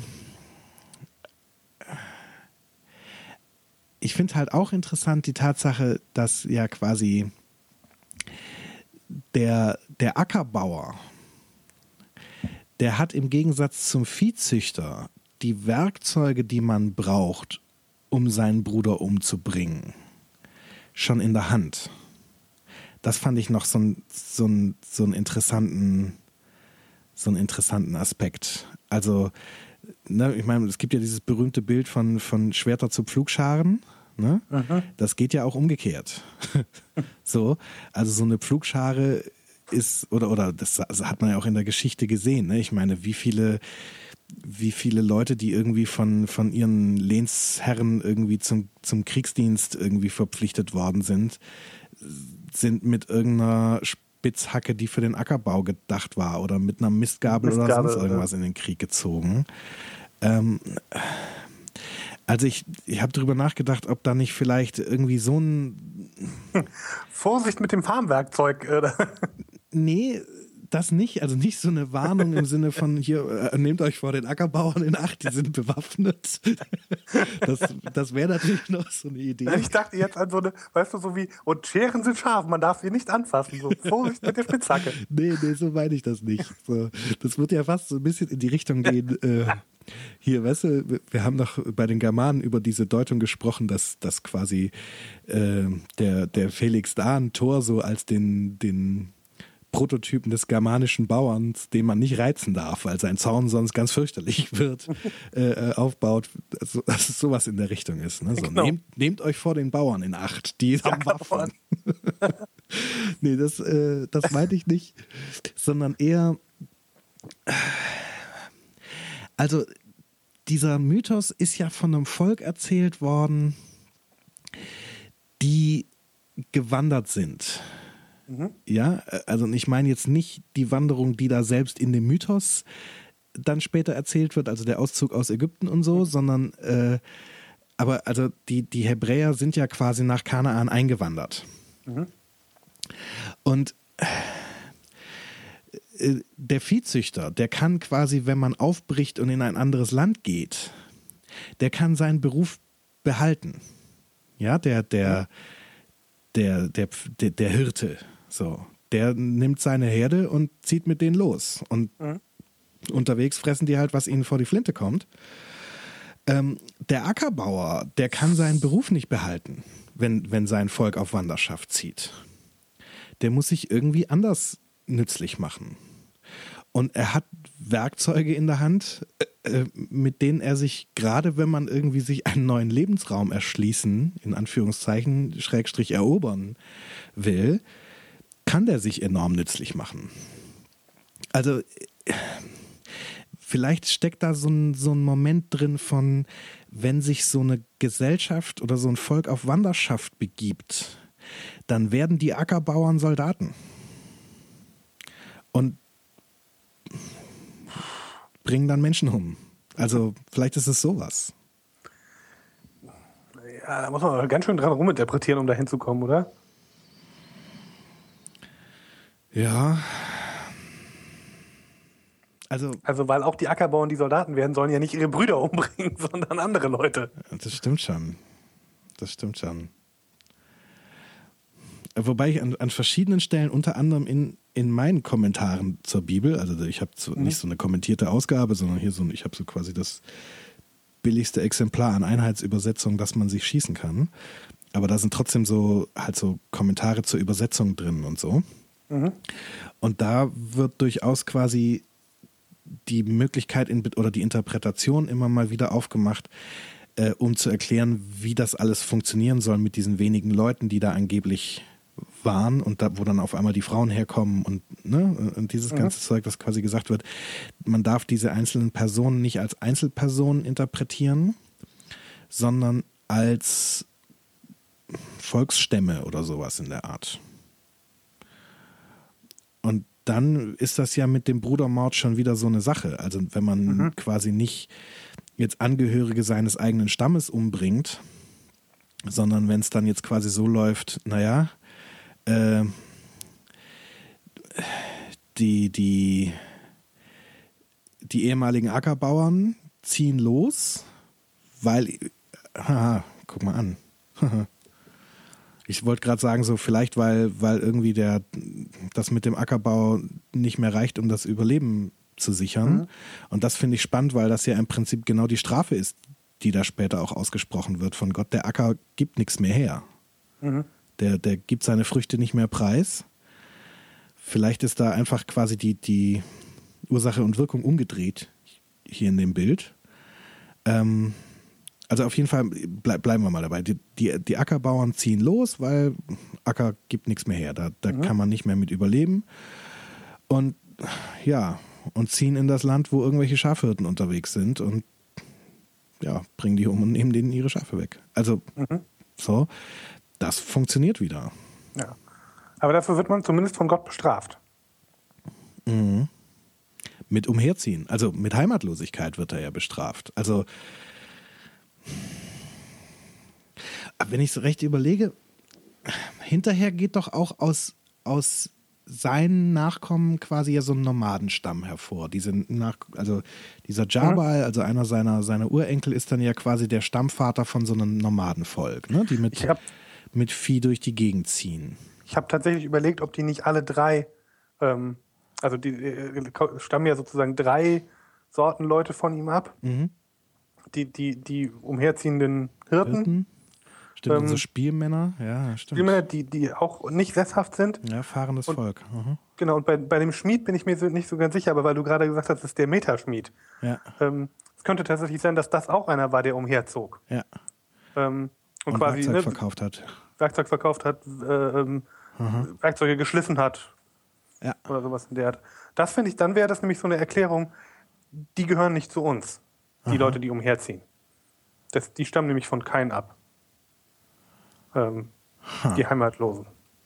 ich finde halt auch interessant die Tatsache, dass ja quasi der, der Ackerbauer, der hat im Gegensatz zum Viehzüchter die Werkzeuge, die man braucht, um seinen Bruder umzubringen, schon in der Hand. Das fand ich noch so, ein, so, ein, so einen interessanten, so einen interessanten Aspekt. Also, ne, ich meine, es gibt ja dieses berühmte Bild von, von Schwerter zu Pflugscharen. Ne? Mhm. Das geht ja auch umgekehrt. So, also so eine Pflugschare ist, oder, oder das hat man ja auch in der Geschichte gesehen. Ne? Ich meine, wie viele, wie viele Leute, die irgendwie von, von ihren Lehnsherren irgendwie zum, zum Kriegsdienst irgendwie verpflichtet worden sind, sind mit irgendeiner Spitzhacke, die für den Ackerbau gedacht war, oder mit einer Mistgabel, Mistgabel oder sonst irgendwas ja. in den Krieg gezogen. Ähm, also ich, ich habe darüber nachgedacht, ob da nicht vielleicht irgendwie so ein... Vorsicht mit dem Farmwerkzeug, oder? Nee, das nicht. Also nicht so eine Warnung im Sinne von, hier, äh, nehmt euch vor den Ackerbauern in Acht, die sind bewaffnet. Das, das wäre natürlich noch so eine Idee. Ich dachte jetzt an so eine, weißt du, so wie, und Scheren sind scharf, man darf sie nicht anfassen. So, Vorsicht mit der Spitzhacke. Nee, nee, so meine ich das nicht. So, das wird ja fast so ein bisschen in die Richtung gehen, äh, hier, weißt du, wir haben doch bei den Germanen über diese Deutung gesprochen, dass, dass quasi äh, der, der Felix Dahn Thor so als den, den Prototypen des germanischen Bauerns, den man nicht reizen darf, weil sein Zorn sonst ganz fürchterlich wird, äh, aufbaut, also, dass es sowas in der Richtung ist. Ne? So, genau. nehmt, nehmt euch vor den Bauern in Acht, die haben Waffen. Nee, das, äh, das meinte ich nicht, sondern eher, also dieser Mythos ist ja von einem Volk erzählt worden, die gewandert sind. Mhm. Ja, also ich meine jetzt nicht die Wanderung, die da selbst in dem Mythos dann später erzählt wird, also der Auszug aus Ägypten und so, mhm. sondern äh, aber also die, die Hebräer sind ja quasi nach Kanaan eingewandert. Mhm. Und äh, der Viehzüchter, der kann quasi, wenn man aufbricht und in ein anderes Land geht, der kann seinen Beruf behalten. Ja, der, der, der, der, der, der Hirte, so, der nimmt seine Herde und zieht mit denen los. Und mhm. unterwegs fressen die halt, was ihnen vor die Flinte kommt. Ähm, der Ackerbauer, der kann seinen Beruf nicht behalten, wenn, wenn sein Volk auf Wanderschaft zieht. Der muss sich irgendwie anders nützlich machen. Und er hat Werkzeuge in der Hand, äh, mit denen er sich, gerade wenn man irgendwie sich einen neuen Lebensraum erschließen, in Anführungszeichen, Schrägstrich erobern will, kann der sich enorm nützlich machen. Also vielleicht steckt da so ein, so ein Moment drin von, wenn sich so eine Gesellschaft oder so ein Volk auf Wanderschaft begibt, dann werden die Ackerbauern Soldaten. Und bringen dann Menschen um. Also vielleicht ist es sowas. Ja, da muss man ganz schön dran ruminterpretieren, um da hinzukommen, oder? Ja. Also, also weil auch die Ackerbauern, die Soldaten werden, sollen ja nicht ihre Brüder umbringen, sondern andere Leute. Das stimmt schon. Das stimmt schon. Wobei ich an, an verschiedenen Stellen, unter anderem in, in meinen Kommentaren zur Bibel, also ich habe so, mhm. nicht so eine kommentierte Ausgabe, sondern hier so, ich habe so quasi das billigste Exemplar an Einheitsübersetzung, das man sich schießen kann. Aber da sind trotzdem so halt so Kommentare zur Übersetzung drin und so. Mhm. Und da wird durchaus quasi die Möglichkeit in, oder die Interpretation immer mal wieder aufgemacht, äh, um zu erklären, wie das alles funktionieren soll mit diesen wenigen Leuten, die da angeblich waren und da, wo dann auf einmal die Frauen herkommen und, ne, und dieses mhm. ganze Zeug, das quasi gesagt wird, man darf diese einzelnen Personen nicht als Einzelpersonen interpretieren, sondern als Volksstämme oder sowas in der Art. Und dann ist das ja mit dem Brudermord schon wieder so eine Sache. Also wenn man mhm. quasi nicht jetzt Angehörige seines eigenen Stammes umbringt, sondern wenn es dann jetzt quasi so läuft, naja, äh, die, die, die ehemaligen Ackerbauern ziehen los, weil, haha, guck mal an. Ich wollte gerade sagen, so vielleicht, weil, weil irgendwie der, das mit dem Ackerbau nicht mehr reicht, um das Überleben zu sichern. Mhm. Und das finde ich spannend, weil das ja im Prinzip genau die Strafe ist, die da später auch ausgesprochen wird von Gott. Der Acker gibt nichts mehr her. Mhm. Der, der gibt seine Früchte nicht mehr preis. Vielleicht ist da einfach quasi die, die Ursache und Wirkung umgedreht hier in dem Bild. Ähm, also auf jeden Fall ble- bleiben wir mal dabei. Die, die, die Ackerbauern ziehen los, weil Acker gibt nichts mehr her. Da, da mhm. kann man nicht mehr mit überleben. Und ja, und ziehen in das Land, wo irgendwelche Schafhirten unterwegs sind und ja, bringen die um und nehmen denen ihre Schafe weg. Also mhm. so, das funktioniert wieder. Ja. Aber dafür wird man zumindest von Gott bestraft. Mhm. Mit Umherziehen, also mit Heimatlosigkeit wird er ja bestraft. Also wenn ich es recht überlege, hinterher geht doch auch aus, aus seinen Nachkommen quasi ja so ein Nomadenstamm hervor. Diese Nach- also dieser Jabal, also einer seiner, seiner Urenkel, ist dann ja quasi der Stammvater von so einem Nomadenvolk, ne? Die mit, hab, mit Vieh durch die Gegend ziehen. Ich habe tatsächlich überlegt, ob die nicht alle drei, ähm, also die äh, stammen ja sozusagen drei Sorten Leute von ihm ab. Mhm. Die, die, die umherziehenden Hirten. Hirten. Stimmt, ähm, unsere Spielmänner, ja, stimmt. Spielmänner, die, die auch nicht sesshaft sind. Ja, fahrendes und, Volk. Mhm. Genau, und bei, bei dem Schmied bin ich mir so, nicht so ganz sicher, aber weil du gerade gesagt hast, das ist der Metaschmied. Ja. Ähm, es könnte tatsächlich sein, dass das auch einer war, der umherzog. Ja. Ähm, und, und quasi Werkzeug ne, verkauft hat. Werkzeug verkauft hat, äh, ähm, mhm. Werkzeuge geschliffen hat. Ja. Oder sowas in der Art. Das finde ich, dann wäre das nämlich so eine Erklärung, die gehören nicht zu uns, die Aha. Leute, die umherziehen. Das, die stammen nämlich von Kain ab. Ähm, die Heimatlosen.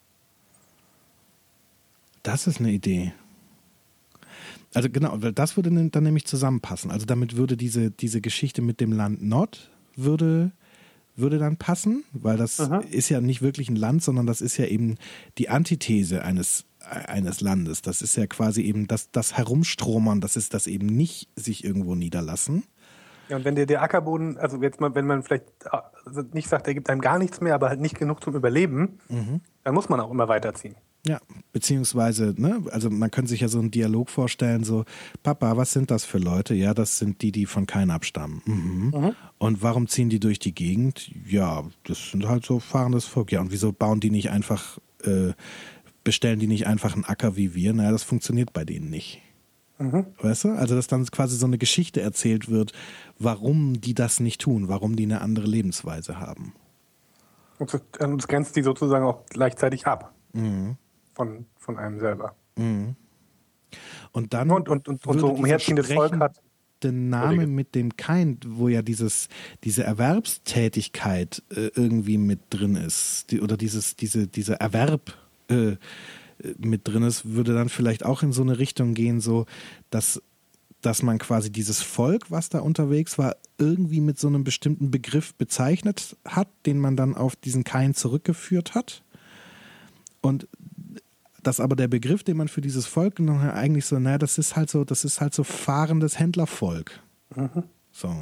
Das ist eine Idee. Also genau, weil das würde dann nämlich zusammenpassen. Also damit würde diese, diese Geschichte mit dem Land Nod würde, würde dann passen, weil das Aha. ist ja nicht wirklich ein Land, sondern das ist ja eben die Antithese eines, eines Landes. Das ist ja quasi eben das, das Herumstromern, das ist das eben nicht sich irgendwo niederlassen. Ja, und wenn der, der Ackerboden, also jetzt mal, wenn man vielleicht nicht sagt, er gibt einem gar nichts mehr, aber halt nicht genug zum Überleben, mhm. dann muss man auch immer weiterziehen. Ja, beziehungsweise, ne, also man könnte sich ja so einen Dialog vorstellen, so, Papa, was sind das für Leute? Ja, das sind die, die von Kain abstammen. Mhm. Mhm. Und warum ziehen die durch die Gegend? Ja, das sind halt so fahrendes Volk. Ja, und wieso bauen die nicht einfach, äh, bestellen die nicht einfach einen Acker wie wir? Naja, das funktioniert bei denen nicht. Mhm. Weißt du? Also, dass dann quasi so eine Geschichte erzählt wird, warum die das nicht tun, warum die eine andere Lebensweise haben. Und es grenzt die sozusagen auch gleichzeitig ab. Mhm. Von, von einem selber. Mhm. Und dann und, und, und, und so umherziehendes Volk hat der Name mit dem Kain, wo ja dieses, diese Erwerbstätigkeit äh, irgendwie mit drin ist, die, oder dieses, diese, dieser Erwerb äh, mit drin ist, würde dann vielleicht auch in so eine Richtung gehen, so dass, dass man quasi dieses Volk, was da unterwegs war, irgendwie mit so einem bestimmten Begriff bezeichnet hat, den man dann auf diesen Kain zurückgeführt hat. Und dass aber der Begriff, den man für dieses Volk genommen hat, eigentlich so, naja, das ist halt so, das ist halt so fahrendes Händlervolk. Mhm. So.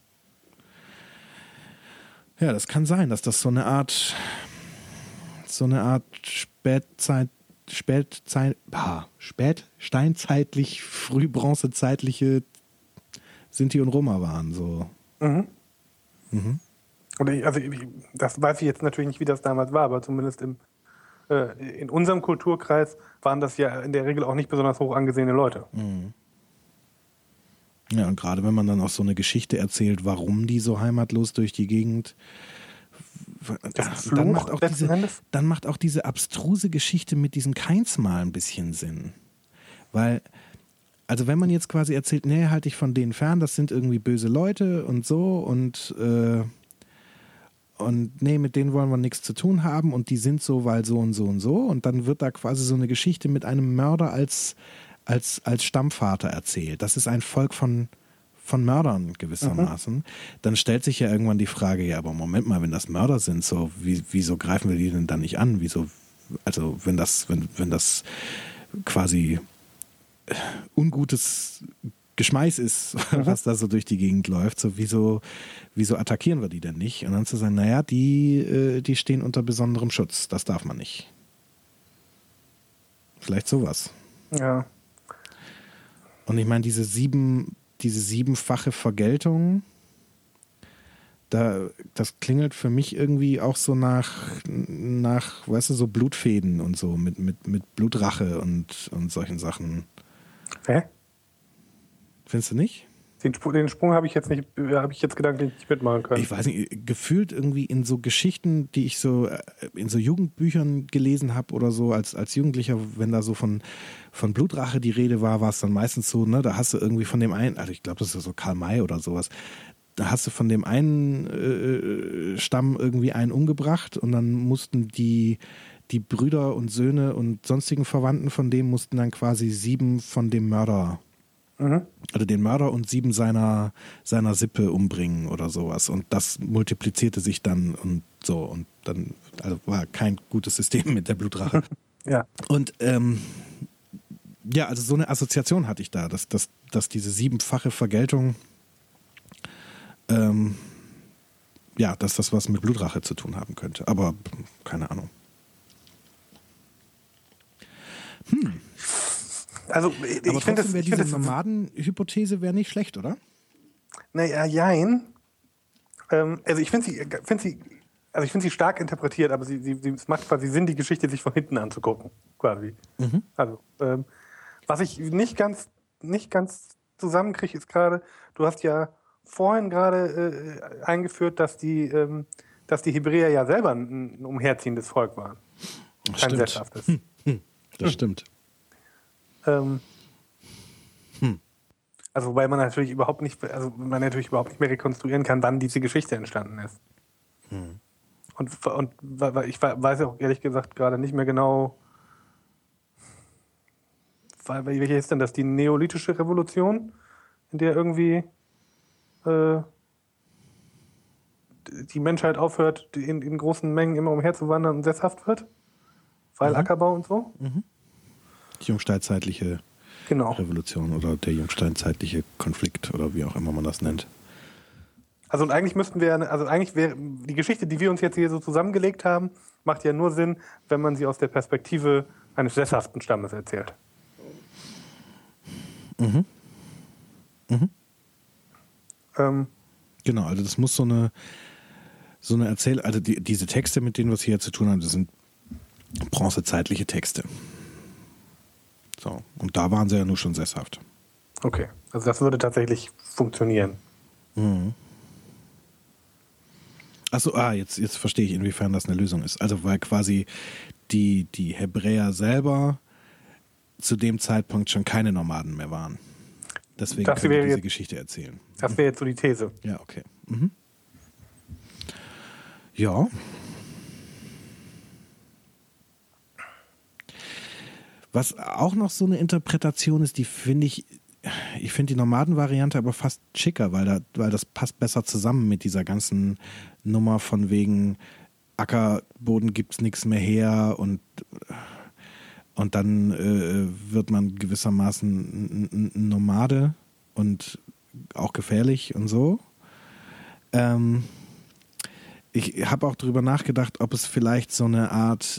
Ja, das kann sein, dass das so eine Art, so eine Art Spätzeit, Spätzeit, ah, spätsteinzeitlich, frühbronzezeitliche Sinti und Roma waren, so. Mhm. Mhm. Und ich, also ich, das weiß ich jetzt natürlich nicht, wie das damals war, aber zumindest im in unserem Kulturkreis waren das ja in der Regel auch nicht besonders hoch angesehene Leute. Mhm. Ja, und gerade wenn man dann auch so eine Geschichte erzählt, warum die so heimatlos durch die Gegend, dann macht, auch diese, dann macht auch diese abstruse Geschichte mit diesem Keinsmal ein bisschen Sinn. Weil, also wenn man jetzt quasi erzählt, nee, halte ich von denen fern, das sind irgendwie böse Leute und so und äh, Und nee, mit denen wollen wir nichts zu tun haben und die sind so, weil so und so und so. Und dann wird da quasi so eine Geschichte mit einem Mörder als, als, als Stammvater erzählt. Das ist ein Volk von, von Mördern gewissermaßen. Mhm. Dann stellt sich ja irgendwann die Frage, ja, aber Moment mal, wenn das Mörder sind, so, wie, wieso greifen wir die denn dann nicht an? Wieso, also wenn das, wenn, wenn das quasi ungutes Geschmeiß ist, mhm. was da so durch die Gegend läuft. So, wieso, wieso attackieren wir die denn nicht? Und dann zu sagen, naja, die, äh, die stehen unter besonderem Schutz. Das darf man nicht. Vielleicht sowas. Ja. Und ich meine, diese sieben, diese siebenfache Vergeltung, da, das klingelt für mich irgendwie auch so nach, nach, weißt du, so Blutfäden und so, mit, mit, mit Blutrache und, und solchen Sachen. Hä? Findest du nicht? Den, den Sprung habe ich jetzt nicht, habe ich jetzt gedanklich nicht mitmachen können. Ich weiß nicht, gefühlt irgendwie in so Geschichten, die ich so in so Jugendbüchern gelesen habe oder so, als, als Jugendlicher, wenn da so von, von Blutrache die Rede war, war es dann meistens so, ne, da hast du irgendwie von dem einen, also ich glaube, das ist so Karl May oder sowas, da hast du von dem einen äh, Stamm irgendwie einen umgebracht und dann mussten die, die Brüder und Söhne und sonstigen Verwandten von dem mussten dann quasi sieben von dem Mörder, mhm. also den Mörder und sieben seiner, seiner Sippe umbringen oder sowas. Und das multiplizierte sich dann und so. Und dann also war kein gutes System mit der Blutrache. Ja. Und ähm, ja, also so eine Assoziation hatte ich da, dass, dass, dass diese siebenfache Vergeltung Ähm, ja, dass das was mit Blutrache zu tun haben könnte. Aber keine Ahnung. Hm. Also, ich, Aber ich finde, diese find Nomaden-Hypothese wäre nicht schlecht, oder? Naja, jein. Ähm, also ich finde sie, find sie, also ich finde sie stark interpretiert, aber sie, sie, sie es macht quasi Sinn, die Geschichte sich von hinten anzugucken, quasi. Mhm. Also, ähm, was ich nicht ganz, nicht ganz zusammenkriege, ist gerade, du hast ja vorhin gerade äh, eingeführt, dass die, ähm, dass die Hebräer ja selber ein, ein umherziehendes Volk waren. Das Kein stimmt. sesshaftes. Hm. Hm. Das hm. stimmt. Ähm, hm. Also wobei man natürlich überhaupt nicht, also man natürlich überhaupt nicht mehr rekonstruieren kann, wann diese Geschichte entstanden ist. Hm. Und, und ich weiß auch ehrlich gesagt gerade nicht mehr genau, welche ist denn das? Die neolithische Revolution, in der irgendwie äh, die Menschheit aufhört, in, in großen Mengen immer umherzuwandern und sesshaft wird? Weil mhm. Ackerbau und so? Mhm. Die jungsteinzeitliche genau. Revolution oder der jungsteinzeitliche Konflikt oder wie auch immer man das nennt. Also und eigentlich müssten wir, also eigentlich wäre die Geschichte, die wir uns jetzt hier so zusammengelegt haben, macht ja nur Sinn, wenn man sie aus der Perspektive eines sesshaften Stammes erzählt. Mhm. Mhm. Ähm, genau, also das muss so eine so eine Erzähl, also die, diese Texte, mit denen wir es hier zu tun haben, das sind bronzezeitliche Texte. So, und da waren sie ja nur schon sesshaft. Okay, also das würde tatsächlich funktionieren. Mhm. Achso, ah, jetzt, jetzt verstehe ich, inwiefern das eine Lösung ist. Also weil quasi die, die Hebräer selber zu dem Zeitpunkt schon keine Nomaden mehr waren. Deswegen das können wir diese jetzt, Geschichte erzählen. Das wäre jetzt so die These. Ja, okay. Mhm. Ja. Was auch noch so eine Interpretation ist, die finde ich, ich finde die Nomadenvariante aber fast schicker, weil, da, weil das passt besser zusammen mit dieser ganzen Nummer von wegen Ackerboden gibt es nichts mehr her und, und dann äh, wird man gewissermaßen ein, ein Nomade und auch gefährlich und so. Ähm, ich habe auch darüber nachgedacht, ob es vielleicht so eine Art,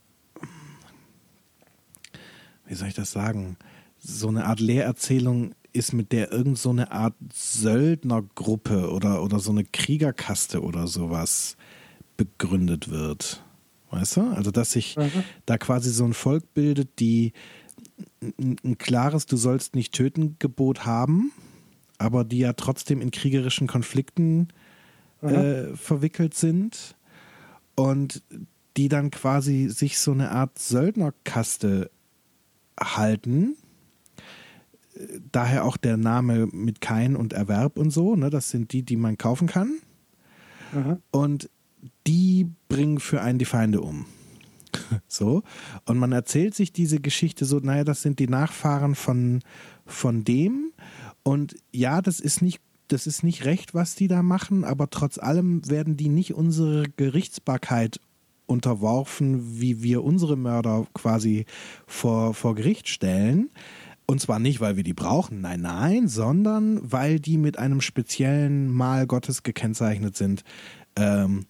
wie soll ich das sagen, so eine Art Lehrerzählung ist, mit der irgend so eine Art Söldnergruppe oder, oder so eine Kriegerkaste oder sowas begründet wird. Weißt du? Also, dass sich mhm. da quasi so ein Volk bildet, die ein, ein klares Du sollst nicht töten Gebot haben, aber die ja trotzdem in kriegerischen Konflikten mhm. äh, verwickelt sind und die dann quasi sich so eine Art Söldnerkaste halten. Daher auch der Name mit Kain und Erwerb und so, ne? Das sind die, die man kaufen kann. Mhm. Und die bringen für einen die Feinde um. So. Und man erzählt sich diese Geschichte so, naja, das sind die Nachfahren von, von dem. Und ja, das ist nicht, das ist nicht recht, was die da machen, aber trotz allem werden die nicht unsere Gerichtsbarkeit unterworfen, wie wir unsere Mörder quasi vor, vor Gericht stellen. Und zwar nicht, weil wir die brauchen, nein, nein, sondern weil die mit einem speziellen Mal Gottes gekennzeichnet sind. Ähm,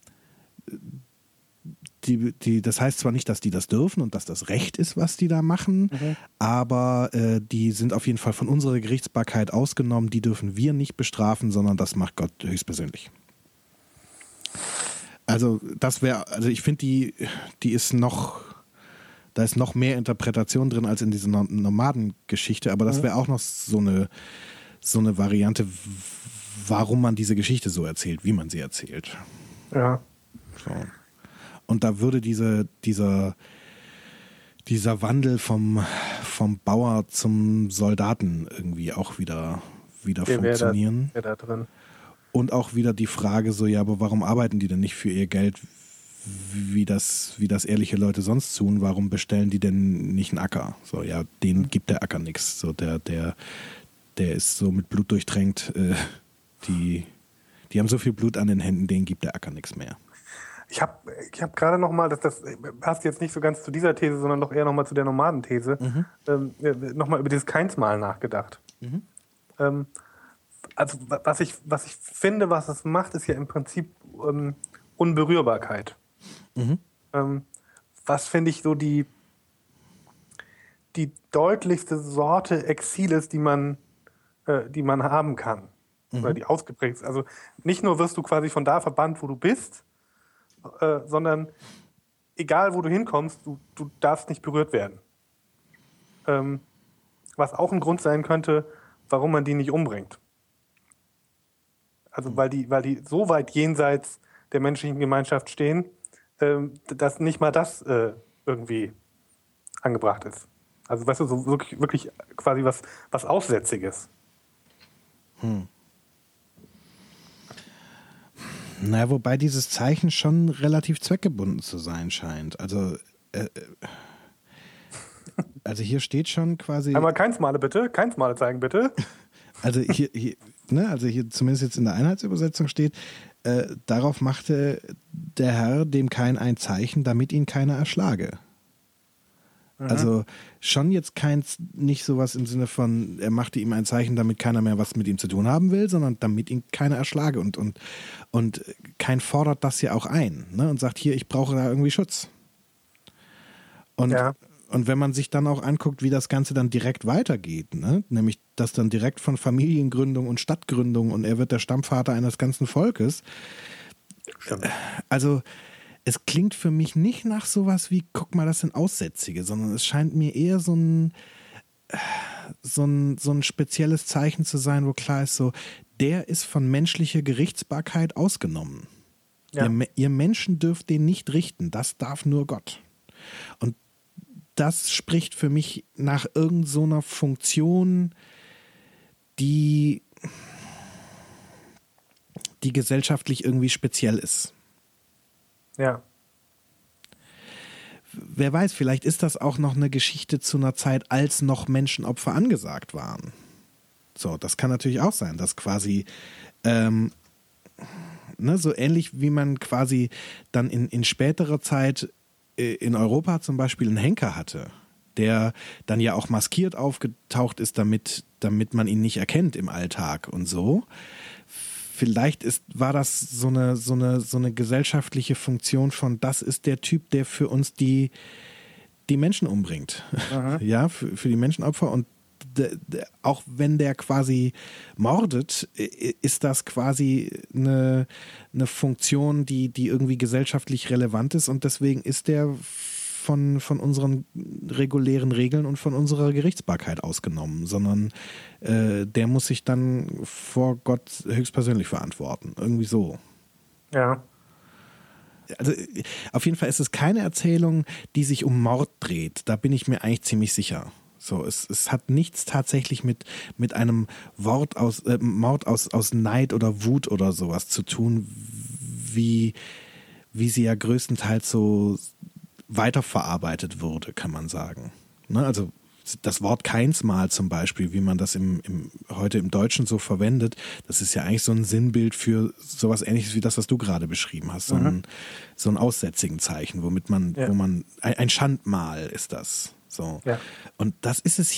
die, die, das heißt zwar nicht, dass die das dürfen und dass das Recht ist, was die da machen, mhm. aber äh, die sind auf jeden Fall von unserer Gerichtsbarkeit ausgenommen. Die dürfen wir nicht bestrafen, sondern das macht Gott höchstpersönlich. Also das wäre, also ich finde, die, die ist noch... Da ist noch mehr Interpretation drin als in dieser Nomadengeschichte, aber das wäre auch noch so eine, so eine Variante, warum man diese Geschichte so erzählt, wie man sie erzählt. Ja. So. Und da würde diese, dieser, dieser Wandel vom, vom Bauer zum Soldaten irgendwie auch wieder, wieder Der funktionieren. Wär da, wär da drin. Und auch wieder die Frage so, ja, aber warum arbeiten die denn nicht für ihr Geld, wie das, wie das ehrliche Leute sonst tun, warum bestellen die denn nicht einen Acker? So, ja, denen gibt der Acker nichts. So, der, der, der ist so mit Blut durchtränkt, äh, die, die haben so viel Blut an den Händen, denen gibt der Acker nichts mehr. Ich habe ich hab gerade nochmal, das, das passt jetzt nicht so ganz zu dieser These, sondern doch eher nochmal zu der Nomadenthese, mhm. ähm, nochmal über dieses Keinsmal nachgedacht. Mhm. Ähm, also was ich, was ich finde, was es macht, ist ja im Prinzip ähm, Unberührbarkeit. Mhm. Ähm, was finde ich so die, die deutlichste Sorte Exil ist, die man, äh, die man haben kann. Mhm. Oder die ausgeprägt ist. Also nicht nur wirst du quasi von da verbannt, wo du bist, äh, sondern egal, wo du hinkommst, du, du darfst nicht berührt werden. Ähm, was auch ein Grund sein könnte, warum man die nicht umbringt. Also weil die, weil die so weit jenseits der menschlichen Gemeinschaft stehen, ähm, dass nicht mal das äh, irgendwie angebracht ist. Also weißt du, so wirklich, wirklich quasi was, was Aussätziges. Hm. Naja, wobei dieses Zeichen schon relativ zweckgebunden zu sein scheint. Also, äh, also hier steht schon quasi... Einmal keins Male bitte, keins Male zeigen bitte. Also hier, hier, ne, also hier zumindest jetzt in der Einheitsübersetzung steht, äh, darauf machte der Herr dem Kain ein Zeichen, damit ihn keiner erschlage. Mhm. Also schon jetzt keins, nicht sowas im Sinne von, er machte ihm ein Zeichen, damit keiner mehr was mit ihm zu tun haben will, sondern damit ihn keiner erschlage. Und, und, und Kain fordert das ja auch ein, ne, und sagt, hier, ich brauche da irgendwie Schutz. Und ja. Und wenn man sich dann auch anguckt, wie das Ganze dann direkt weitergeht, ne? Nämlich das dann direkt von Familiengründung und Stadtgründung und er wird der Stammvater eines ganzen Volkes. Stimmt. Also es klingt für mich nicht nach sowas wie, guck mal, das sind Aussätzige, sondern es scheint mir eher so ein, so ein, so ein spezielles Zeichen zu sein, wo klar ist so, der ist von menschlicher Gerichtsbarkeit ausgenommen. Ja. Ihr, ihr Menschen dürft den nicht richten, das darf nur Gott. Und das spricht für mich nach irgend so einer Funktion, die, die gesellschaftlich irgendwie speziell ist. Ja. Wer weiß, vielleicht ist das auch noch eine Geschichte zu einer Zeit, als noch Menschenopfer angesagt waren. So, das kann natürlich auch sein, dass quasi ähm, ne, so ähnlich wie man quasi dann in, in späterer Zeit in Europa zum Beispiel einen Henker hatte, der dann ja auch maskiert aufgetaucht ist, damit, damit man ihn nicht erkennt im Alltag und so. Vielleicht ist, war das so eine, so eine, so eine gesellschaftliche Funktion von, das ist der Typ, der für uns die, die Menschen umbringt. Aha. Ja, für, für die Menschenopfer. Und de, de, auch wenn der quasi mordet, ist das quasi eine, eine Funktion, die, die irgendwie gesellschaftlich relevant ist und deswegen ist der von, von unseren regulären Regeln und von unserer Gerichtsbarkeit ausgenommen, sondern äh, der muss sich dann vor Gott höchstpersönlich verantworten. Irgendwie so. Ja. Also auf jeden Fall ist es keine Erzählung, die sich um Mord dreht. Da bin ich mir eigentlich ziemlich sicher. So, es, es hat nichts tatsächlich mit, mit einem Wort aus, äh, Mord aus, aus Neid oder Wut oder sowas zu tun, wie, wie sie ja größtenteils so weiterverarbeitet wurde, kann man sagen. Ne? Also das Wort Keinsmal zum Beispiel, wie man das im, im, heute im Deutschen so verwendet, das ist ja eigentlich so ein Sinnbild für sowas Ähnliches wie das, was du gerade beschrieben hast. So, mhm. ein, so ein aussätzigen Zeichen, womit man, ja. wo man, ein, ein Schandmal ist das. So. Ja. Und das ist es hier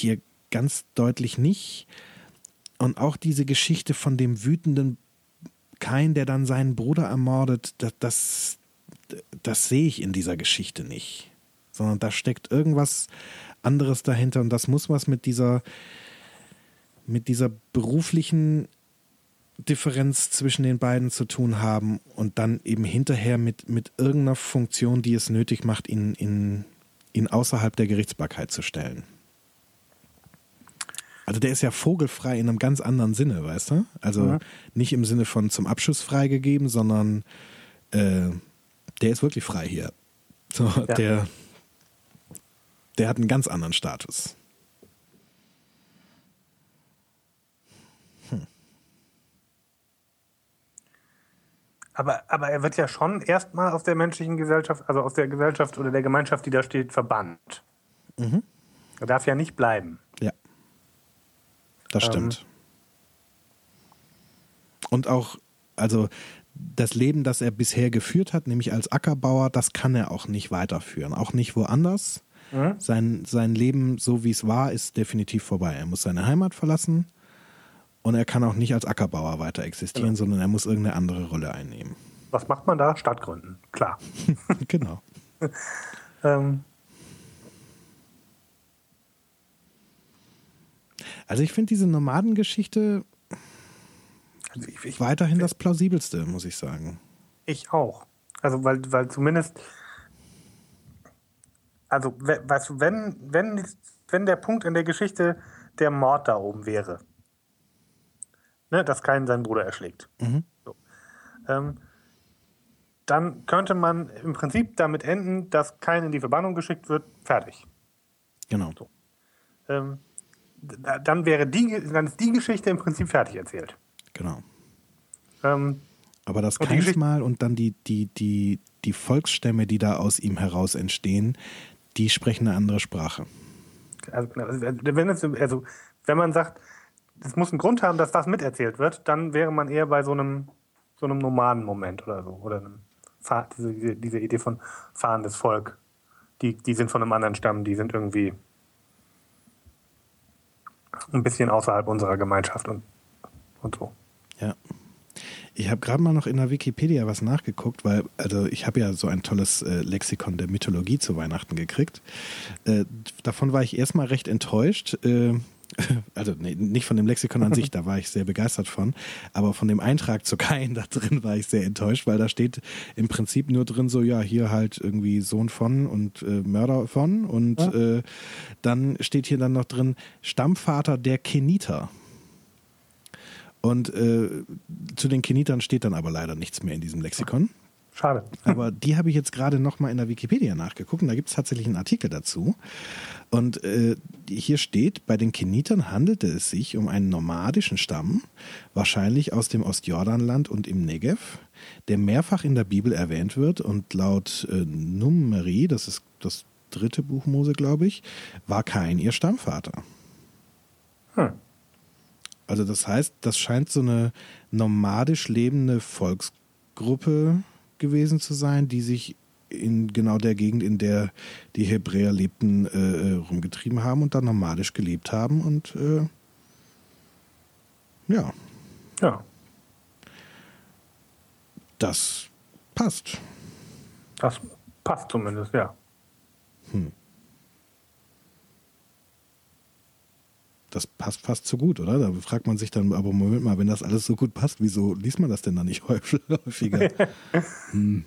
ganz deutlich nicht. Und auch diese Geschichte von dem wütenden Kain, der dann seinen Bruder ermordet, das, das, das sehe ich in dieser Geschichte nicht. Sondern da steckt irgendwas anderes dahinter und das muss was mit dieser, mit dieser beruflichen Differenz zwischen den beiden zu tun haben und dann eben hinterher mit, mit irgendeiner Funktion, die es nötig macht, ihn, ihn, ihn außerhalb der Gerichtsbarkeit zu stellen. Also der ist ja vogelfrei in einem ganz anderen Sinne, weißt du? Also mhm. nicht im Sinne von zum Abschuss freigegeben, sondern äh, der ist wirklich frei hier. So, ja. der, der hat einen ganz anderen Status. Hm. Aber, aber er wird ja schon erstmal aus der menschlichen Gesellschaft, also aus der Gesellschaft oder der Gemeinschaft, die da steht, verbannt. Mhm. Er darf ja nicht bleiben. Ja. Das stimmt. Ähm. Und auch, also das Leben, das er bisher geführt hat, nämlich als Ackerbauer, das kann er auch nicht weiterführen. Auch nicht woanders. Mhm. Sein, sein Leben, so wie es war, ist definitiv vorbei. Er muss seine Heimat verlassen und er kann auch nicht als Ackerbauer weiter existieren, genau. sondern er muss irgendeine andere Rolle einnehmen. Was macht man da? Stadt gründen, klar. Genau. ähm. Also ich finde diese Nomadengeschichte also ich, ich, weiterhin das plausibelste, muss ich sagen. Ich auch. Also weil, weil zumindest, also weißt du, wenn, wenn, wenn der Punkt in der Geschichte der Mord da oben wäre, ne, dass Kain seinen Bruder erschlägt, mhm. so, ähm, dann könnte man im Prinzip damit enden, dass Kain in die Verbannung geschickt wird, fertig. Genau. So. Ähm, Dann wäre die, dann ist die Geschichte im Prinzip fertig erzählt. Genau. Ähm, Aber das Kainsmal und dann die, die, die, die Volksstämme, die da aus ihm heraus entstehen, die sprechen eine andere Sprache. Also, wenn, es, also, wenn man sagt, es muss einen Grund haben, dass das miterzählt wird, dann wäre man eher bei so einem, so einem Nomaden-Moment oder so. Oder einem Fahr, diese, diese Idee von fahrendes Volk. Die, die sind von einem anderen Stamm, die sind irgendwie ein bisschen außerhalb unserer Gemeinschaft und, und so. Ja. Ich habe gerade mal noch in der Wikipedia was nachgeguckt, weil also ich habe ja so ein tolles äh, Lexikon der Mythologie zu Weihnachten gekriegt. Äh, davon war ich erstmal recht enttäuscht. Äh, also nee, nicht von dem Lexikon an sich, da war ich sehr begeistert von, aber von dem Eintrag zu Kain da drin war ich sehr enttäuscht, weil da steht im Prinzip nur drin so, ja, hier halt irgendwie Sohn von und äh, Mörder von und ja. äh, dann steht hier dann noch drin Stammvater der Keniter. Und äh, zu den Kenitern steht dann aber leider nichts mehr in diesem Lexikon. Schade. Aber die habe ich jetzt gerade nochmal in der Wikipedia nachgeguckt und da gibt es tatsächlich einen Artikel dazu. Und äh, hier steht, bei den Kenitern handelte es sich um einen nomadischen Stamm, wahrscheinlich aus dem Ostjordanland und im Negev, der mehrfach in der Bibel erwähnt wird und laut äh, Numeri, das ist das dritte Buch Mose, glaube ich, war Kain ihr Stammvater. Hm. Also das heißt, das scheint so eine nomadisch lebende Volksgruppe gewesen zu sein, die sich in genau der Gegend, in der die Hebräer lebten, äh, rumgetrieben haben und dann nomadisch gelebt haben und äh, ja. Ja. Das passt. Das passt zumindest, ja. Hm. Das passt fast so gut, oder? Da fragt man sich dann, aber Moment mal, wenn das alles so gut passt, wieso liest man das denn dann nicht häufiger? hm.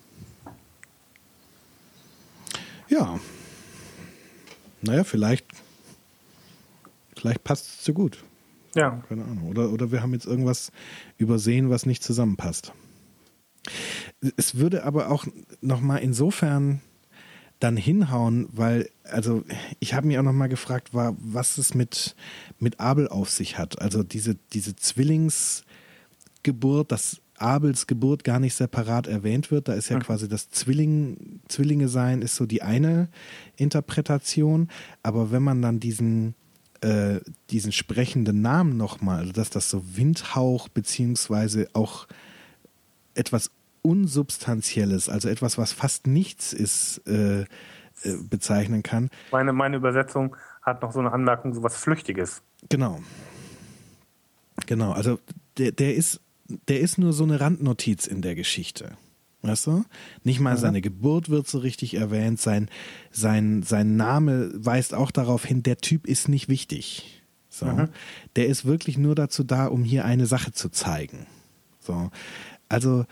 Ja. Naja, vielleicht, vielleicht passt es zu gut. Ja. Keine Ahnung. Oder, oder wir haben jetzt irgendwas übersehen, was nicht zusammenpasst. Es würde aber auch nochmal insofern dann hinhauen, weil, also ich habe mich auch nochmal gefragt, war, was es mit, mit Abel auf sich hat. Also diese, diese Zwillingsgeburt, dass Abels Geburt gar nicht separat erwähnt wird. Da ist ja mhm. quasi das Zwilling, Zwillinge sein ist so die eine Interpretation. Aber wenn man dann diesen, äh, diesen sprechenden Namen nochmal, also dass das so Windhauch beziehungsweise auch etwas Unsubstanzielles, also etwas, was fast nichts ist, äh, äh, bezeichnen kann. Meine, meine Übersetzung, hat noch so eine Anmerkung, so was Flüchtiges. Genau. Genau, also der, der ist, der ist nur so eine Randnotiz in der Geschichte. Weißt du? Nicht mal mhm. seine Geburt wird so richtig erwähnt, sein, sein, sein Name weist auch darauf hin, der Typ ist nicht wichtig. So. Mhm. Der ist wirklich nur dazu da, um hier eine Sache zu zeigen. So. Also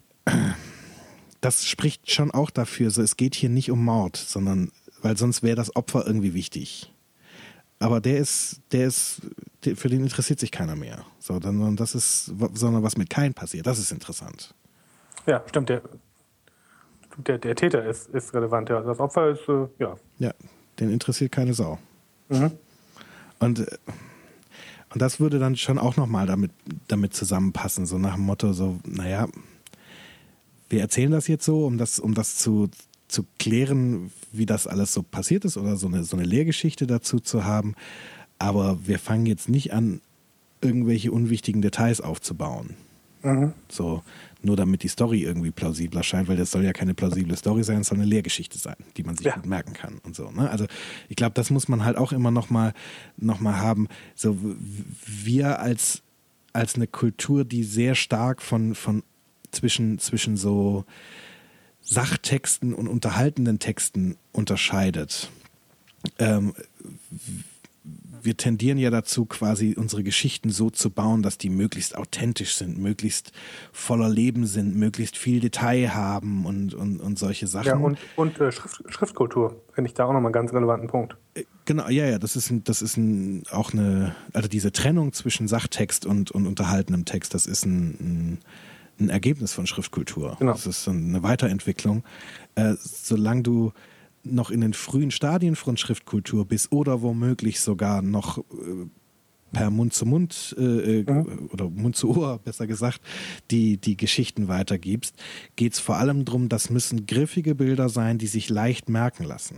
das spricht schon auch dafür, so, es geht hier nicht um Mord, sondern, weil sonst wäre das Opfer irgendwie wichtig. Aber der ist, der ist, der, für den interessiert sich keiner mehr. So, dann, das ist, sondern was mit Kain passiert, das ist interessant. Ja, stimmt. Der, der, der Täter ist, ist relevant. Ja. Das Opfer ist, äh, ja. Ja, den interessiert keine Sau. Mhm. Und, und das würde dann schon auch nochmal damit, damit zusammenpassen, so nach dem Motto, so, naja, wir erzählen das jetzt so, um das, um das zu, zu klären, wie das alles so passiert ist oder so eine, so eine Lehrgeschichte dazu zu haben. Aber wir fangen jetzt nicht an, irgendwelche unwichtigen Details aufzubauen. Mhm. So, nur damit die Story irgendwie plausibel erscheint, weil das soll ja keine plausible Story sein, es soll eine Lehrgeschichte sein, die man sich ja. gut merken kann und so. Ne? Also ich glaube, das muss man halt auch immer nochmal noch mal haben. So, wir als, als eine Kultur, die sehr stark von, von zwischen, zwischen so Sachtexten und unterhaltenden Texten unterscheidet. Ähm, wir tendieren ja dazu, quasi unsere Geschichten so zu bauen, dass die möglichst authentisch sind, möglichst voller Leben sind, möglichst viel Detail haben und, und, und solche Sachen. Ja, und, und äh, Schrift, Schriftkultur finde ich da auch nochmal einen ganz relevanten Punkt. Genau, ja, ja, das ist, ein, das ist ein, auch eine, also diese Trennung zwischen Sachtext und, und unterhaltenem Text, das ist ein, ein, ein Ergebnis von Schriftkultur. Genau. Das ist eine Weiterentwicklung. Äh, solange du noch in den frühen Stadien von Schriftkultur bist oder womöglich sogar noch äh, per Mund zu Mund äh, mhm. oder Mund zu Ohr, besser gesagt, die, die Geschichten weitergibst, geht es vor allem darum, das müssen griffige Bilder sein, die sich leicht merken lassen.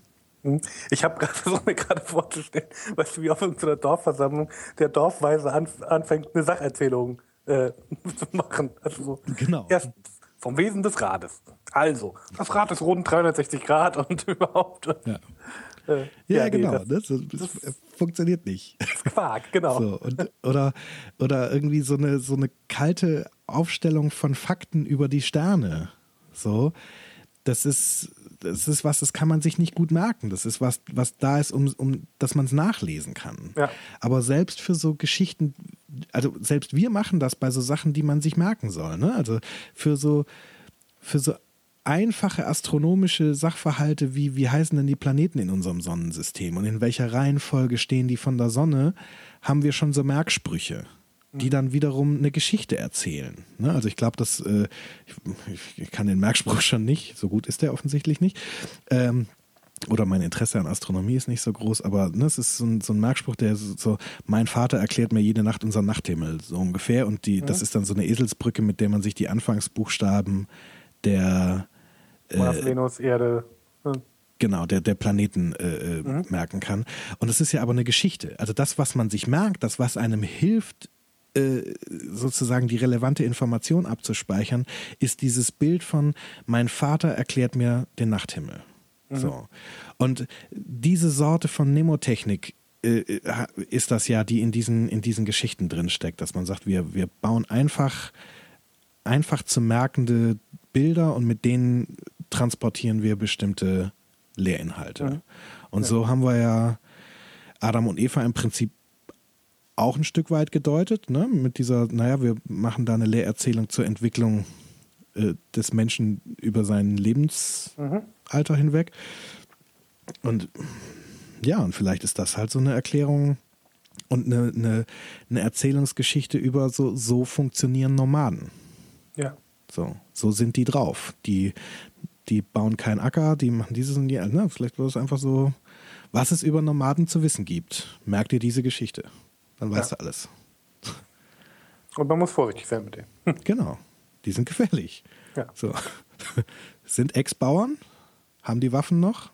Ich habe gerade versucht, mir gerade vorzustellen, weißt du, wie auf irgendeiner Dorfversammlung der Dorfweise anf- anfängt, eine Sacherzählung äh, zu machen. Also so, genau. Erst vom Wesen des Rades. Also, das Rad ist rund dreihundertsechzig Grad und überhaupt. Ja, äh, ja, ja genau. Nee, das, das, das, das funktioniert nicht. Das ist Quark, genau. So, und, oder, oder irgendwie so eine, so eine kalte Aufstellung von Fakten über die Sterne. So, das ist, das ist was, das kann man sich nicht gut merken. Das ist was, was da ist, um, um dass man es nachlesen kann. Ja. Aber selbst für so Geschichten, also selbst wir machen das bei so Sachen, die man sich merken soll. Ne? Also für so, für so einfache astronomische Sachverhalte wie, wie heißen denn die Planeten in unserem Sonnensystem und in welcher Reihenfolge stehen die von der Sonne, haben wir schon so Merksprüche, die dann wiederum eine Geschichte erzählen. Ne? Also ich glaube, dass äh, ich, ich kann den Merkspruch schon nicht, so gut ist der offensichtlich nicht. Ähm, oder mein Interesse an Astronomie ist nicht so groß, aber ne, es ist so ein, so ein Merkspruch, der so, mein Vater erklärt mir jede Nacht unseren Nachthimmel, so ungefähr. Und die, mhm. das ist dann so eine Eselsbrücke, mit der man sich die Anfangsbuchstaben der Mars, äh, Venus, Erde. Hm. Genau, der, der Planeten äh, mhm. merken kann. Und es ist ja aber eine Geschichte. Also das, was man sich merkt, das, was einem hilft, äh, sozusagen die relevante Information abzuspeichern, ist dieses Bild von, mein Vater erklärt mir den Nachthimmel. Mhm. So. Und diese Sorte von Mnemotechnik äh, ist das ja, die in diesen, in diesen Geschichten drin steckt, dass man sagt, wir, wir bauen einfach, einfach zu merkende Bilder und mit denen transportieren wir bestimmte Lehrinhalte. Mhm. Und ja. so haben wir ja Adam und Eva im Prinzip auch ein Stück weit gedeutet, ne? Mit dieser, naja, wir machen da eine Lehrerzählung zur Entwicklung äh, des Menschen über sein Lebensalter mhm. hinweg. Und ja, und vielleicht ist das halt so eine Erklärung und eine, eine, eine Erzählungsgeschichte über so, so funktionieren Nomaden. Ja. So, so sind die drauf. Die, die bauen keinen Acker, die machen dieses und jenes. Ne? Vielleicht war es einfach so, was es über Nomaden zu wissen gibt. Merk dir diese Geschichte. Dann weißt ja. du alles. Und man muss vorsichtig sein mit denen. Genau. Die sind gefährlich. Ja. So. Sind Ex-Bauern, haben die Waffen noch.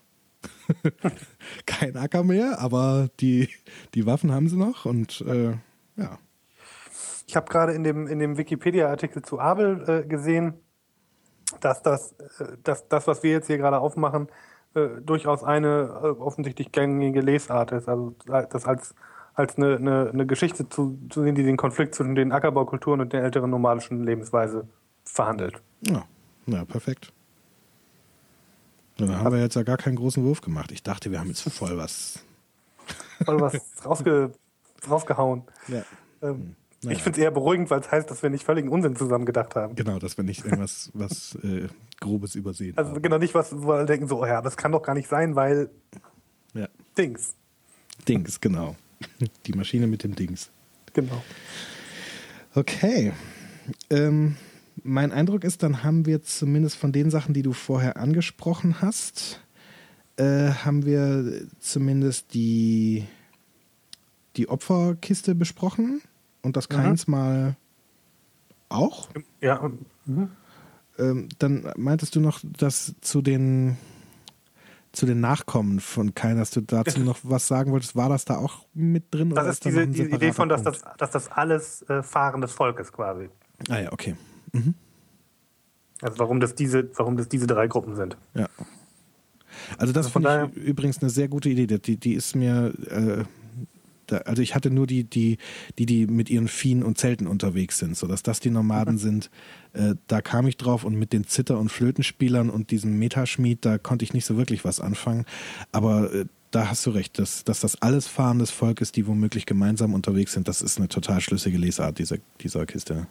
Kein Acker mehr, aber die, die Waffen haben sie noch und äh, ja. Ich habe gerade in dem, in dem Wikipedia-Artikel zu Abel äh, gesehen, dass das, äh, dass das, was wir jetzt hier gerade aufmachen, äh, durchaus eine äh, offensichtlich gängige Lesart ist. Also das als, als eine, eine, eine Geschichte zu, zu sehen, die den Konflikt zwischen den Ackerbaukulturen und der älteren nomadischen Lebensweise verhandelt. Ja, ja, perfekt. Dann haben wir jetzt ja gar keinen großen Wurf gemacht. Ich dachte, wir haben jetzt voll was... voll was rausge, rausgehauen. Ja. Ähm, naja. Ich finde es eher beruhigend, weil es heißt, dass wir nicht völligen Unsinn zusammen gedacht haben. Genau, dass wir nicht irgendwas was, äh, Grobes übersehen Also haben. genau nicht, was wo alle denken, so, oh ja, das kann doch gar nicht sein, weil Ja. Dings. Dings, genau. Die Maschine mit dem Dings. Genau. Okay. Ähm, mein Eindruck ist, dann haben wir zumindest von den Sachen, die du vorher angesprochen hast, äh, haben wir zumindest die, die Opferkiste besprochen und das Keins mhm. mal auch. Ja. Mhm. Ähm, dann meintest du noch, dass zu den zu den Nachkommen von Kain, dass du dazu noch was sagen wolltest, war das da auch mit drin? Das oder ist diese die Idee von, dass Punkt? das, dass das alles äh, Fahren des Volkes quasi. Ah ja, okay. Mhm. Also warum das diese, warum das diese drei Gruppen sind. Ja. Also das also finde ich übrigens eine sehr gute Idee. Die, die ist mir, äh, da, also ich hatte nur die, die, die, die mit ihren Viehen und Zelten unterwegs sind, sodass das die Nomaden mhm. sind. Äh, da kam ich drauf und mit den Zither- und Flötenspielern und diesem Metaschmied, da konnte ich nicht so wirklich was anfangen. Aber äh, da hast du recht, dass, dass das alles Fahren des Volkes, die womöglich gemeinsam unterwegs sind, das ist eine total schlüssige Lesart dieser, dieser Kiste.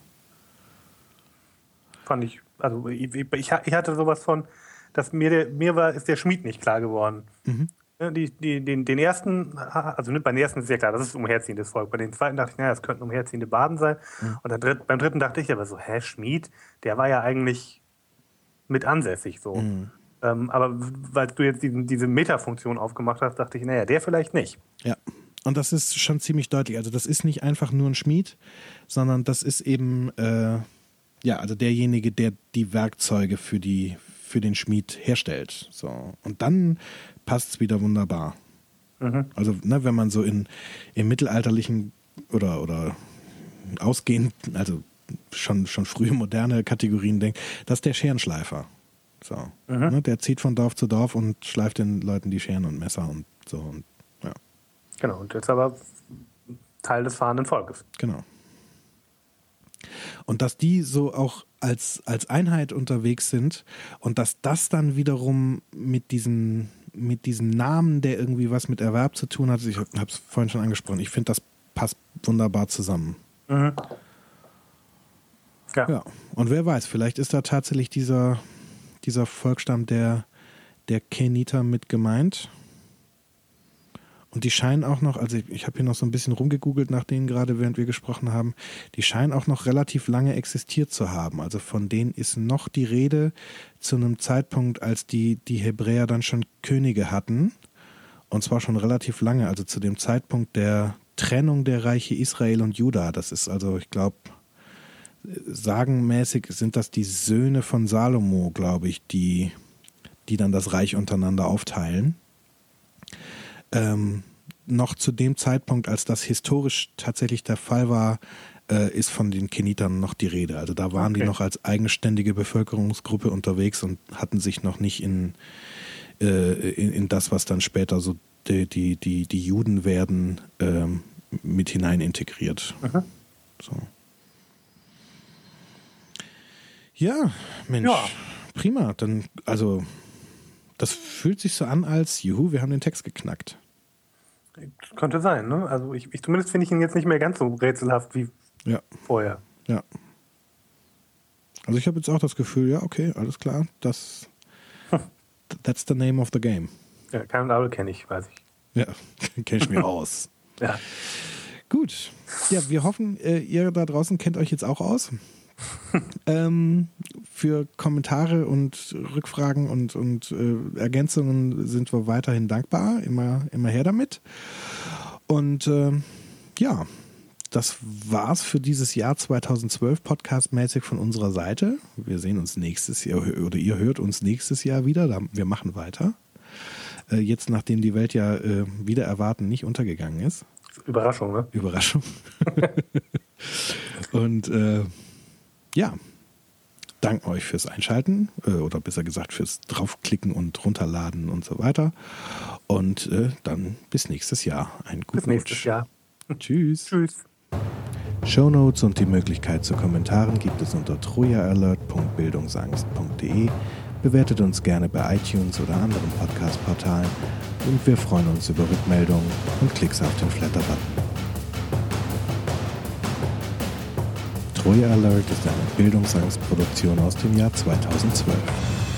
Fand ich, also ich, ich, ich hatte sowas von, dass mir, der, mir war, ist der Schmied nicht klar geworden. Mhm. Die, die, den, den ersten, also bei den ersten ist ja klar, das ist umherziehendes Volk. Bei den zweiten dachte ich, naja, das könnten umherziehende Baden sein. Mhm. Und dritt, beim dritten dachte ich aber so, hä, Schmied, der war ja eigentlich mit ansässig so. Mhm. Ähm, aber weil du jetzt diesen, diese Metafunktion aufgemacht hast, dachte ich, naja, der vielleicht nicht. Ja, und das ist schon ziemlich deutlich. Also das ist nicht einfach nur ein Schmied, sondern das ist eben, äh, ja, also derjenige, der die Werkzeuge für die für den Schmied herstellt. So. Und dann passt es wieder wunderbar. Mhm. Also, ne, wenn man so in im mittelalterlichen oder, oder ausgehend, also schon, schon frühe moderne Kategorien denkt, das ist der Scherenschleifer. So. Mhm. Ne, der zieht von Dorf zu Dorf und schleift den Leuten die Scheren und Messer und so. Und, ja. Genau, und jetzt aber Teil des fahrenden Volkes. Genau. Und dass die so auch als, als Einheit unterwegs sind und dass das dann wiederum mit diesem, mit diesem Namen, der irgendwie was mit Erwerb zu tun hat, ich habe es vorhin schon angesprochen, ich finde, das passt wunderbar zusammen. Mhm. Ja. ja. Und wer weiß, vielleicht ist da tatsächlich dieser, dieser Volksstamm der, der Keniter mit gemeint. Und die scheinen auch noch, also ich, ich habe hier noch so ein bisschen rumgegoogelt nach denen gerade, während wir gesprochen haben, die scheinen auch noch relativ lange existiert zu haben. Also von denen ist noch die Rede zu einem Zeitpunkt, als die, die Hebräer dann schon Könige hatten. Und zwar schon relativ lange, also zu dem Zeitpunkt der Trennung der Reiche Israel und Juda. Das ist also, ich glaube, sagenmäßig sind das die Söhne von Salomo, glaube ich, die, die dann das Reich untereinander aufteilen. Ähm, noch zu dem Zeitpunkt, als das historisch tatsächlich der Fall war, äh, ist von den Kenitern noch die Rede. Also da waren okay. die noch als eigenständige Bevölkerungsgruppe unterwegs und hatten sich noch nicht in, äh, in, in das, was dann später so die, die, die, die Juden werden, ähm, mit hinein integriert. Mhm. So. Ja, Mensch, ja. Prima. Dann, also das fühlt sich so an, als juhu, wir haben den Text geknackt. Könnte sein, ne? Also ich, ich zumindest finde ich ihn jetzt nicht mehr ganz so rätselhaft wie ja. vorher. Ja. Also ich habe jetzt auch das Gefühl, ja, okay, alles klar, das hm. that's the name of the game. Ja, Kain und Abel kenne ich, weiß ich. Ja, kenne ich mir aus. Ja. Gut. Ja, wir hoffen, ihr da draußen kennt euch jetzt auch aus. ähm, für Kommentare und Rückfragen und, und äh, Ergänzungen sind wir weiterhin dankbar. Immer, immer her damit. Und äh, ja, das war's für dieses Jahr zweitausendzwölf podcastmäßig von unserer Seite. Wir sehen uns nächstes Jahr oder ihr hört uns nächstes Jahr wieder. Wir machen weiter. Äh, jetzt, nachdem die Welt ja äh, wieder erwarten nicht untergegangen ist. Überraschung, ne? Überraschung. Und äh, ja, danken euch fürs Einschalten äh, oder besser gesagt fürs Draufklicken und Runterladen und so weiter. Und äh, dann bis nächstes Jahr. Einen guten Bis nächstes Rutsch. Jahr. Tschüss. Tschüss. Shownotes und die Möglichkeit zu Kommentaren gibt es unter trojaalert punkt bildungsangst punkt de. Bewertet uns gerne bei iTunes oder anderen Podcast-Portalen und wir freuen uns über Rückmeldungen und Klicks auf den Flatter-Button. Troja Alert ist eine Bildungsangstproduktion aus dem Jahr zweitausendzwölf.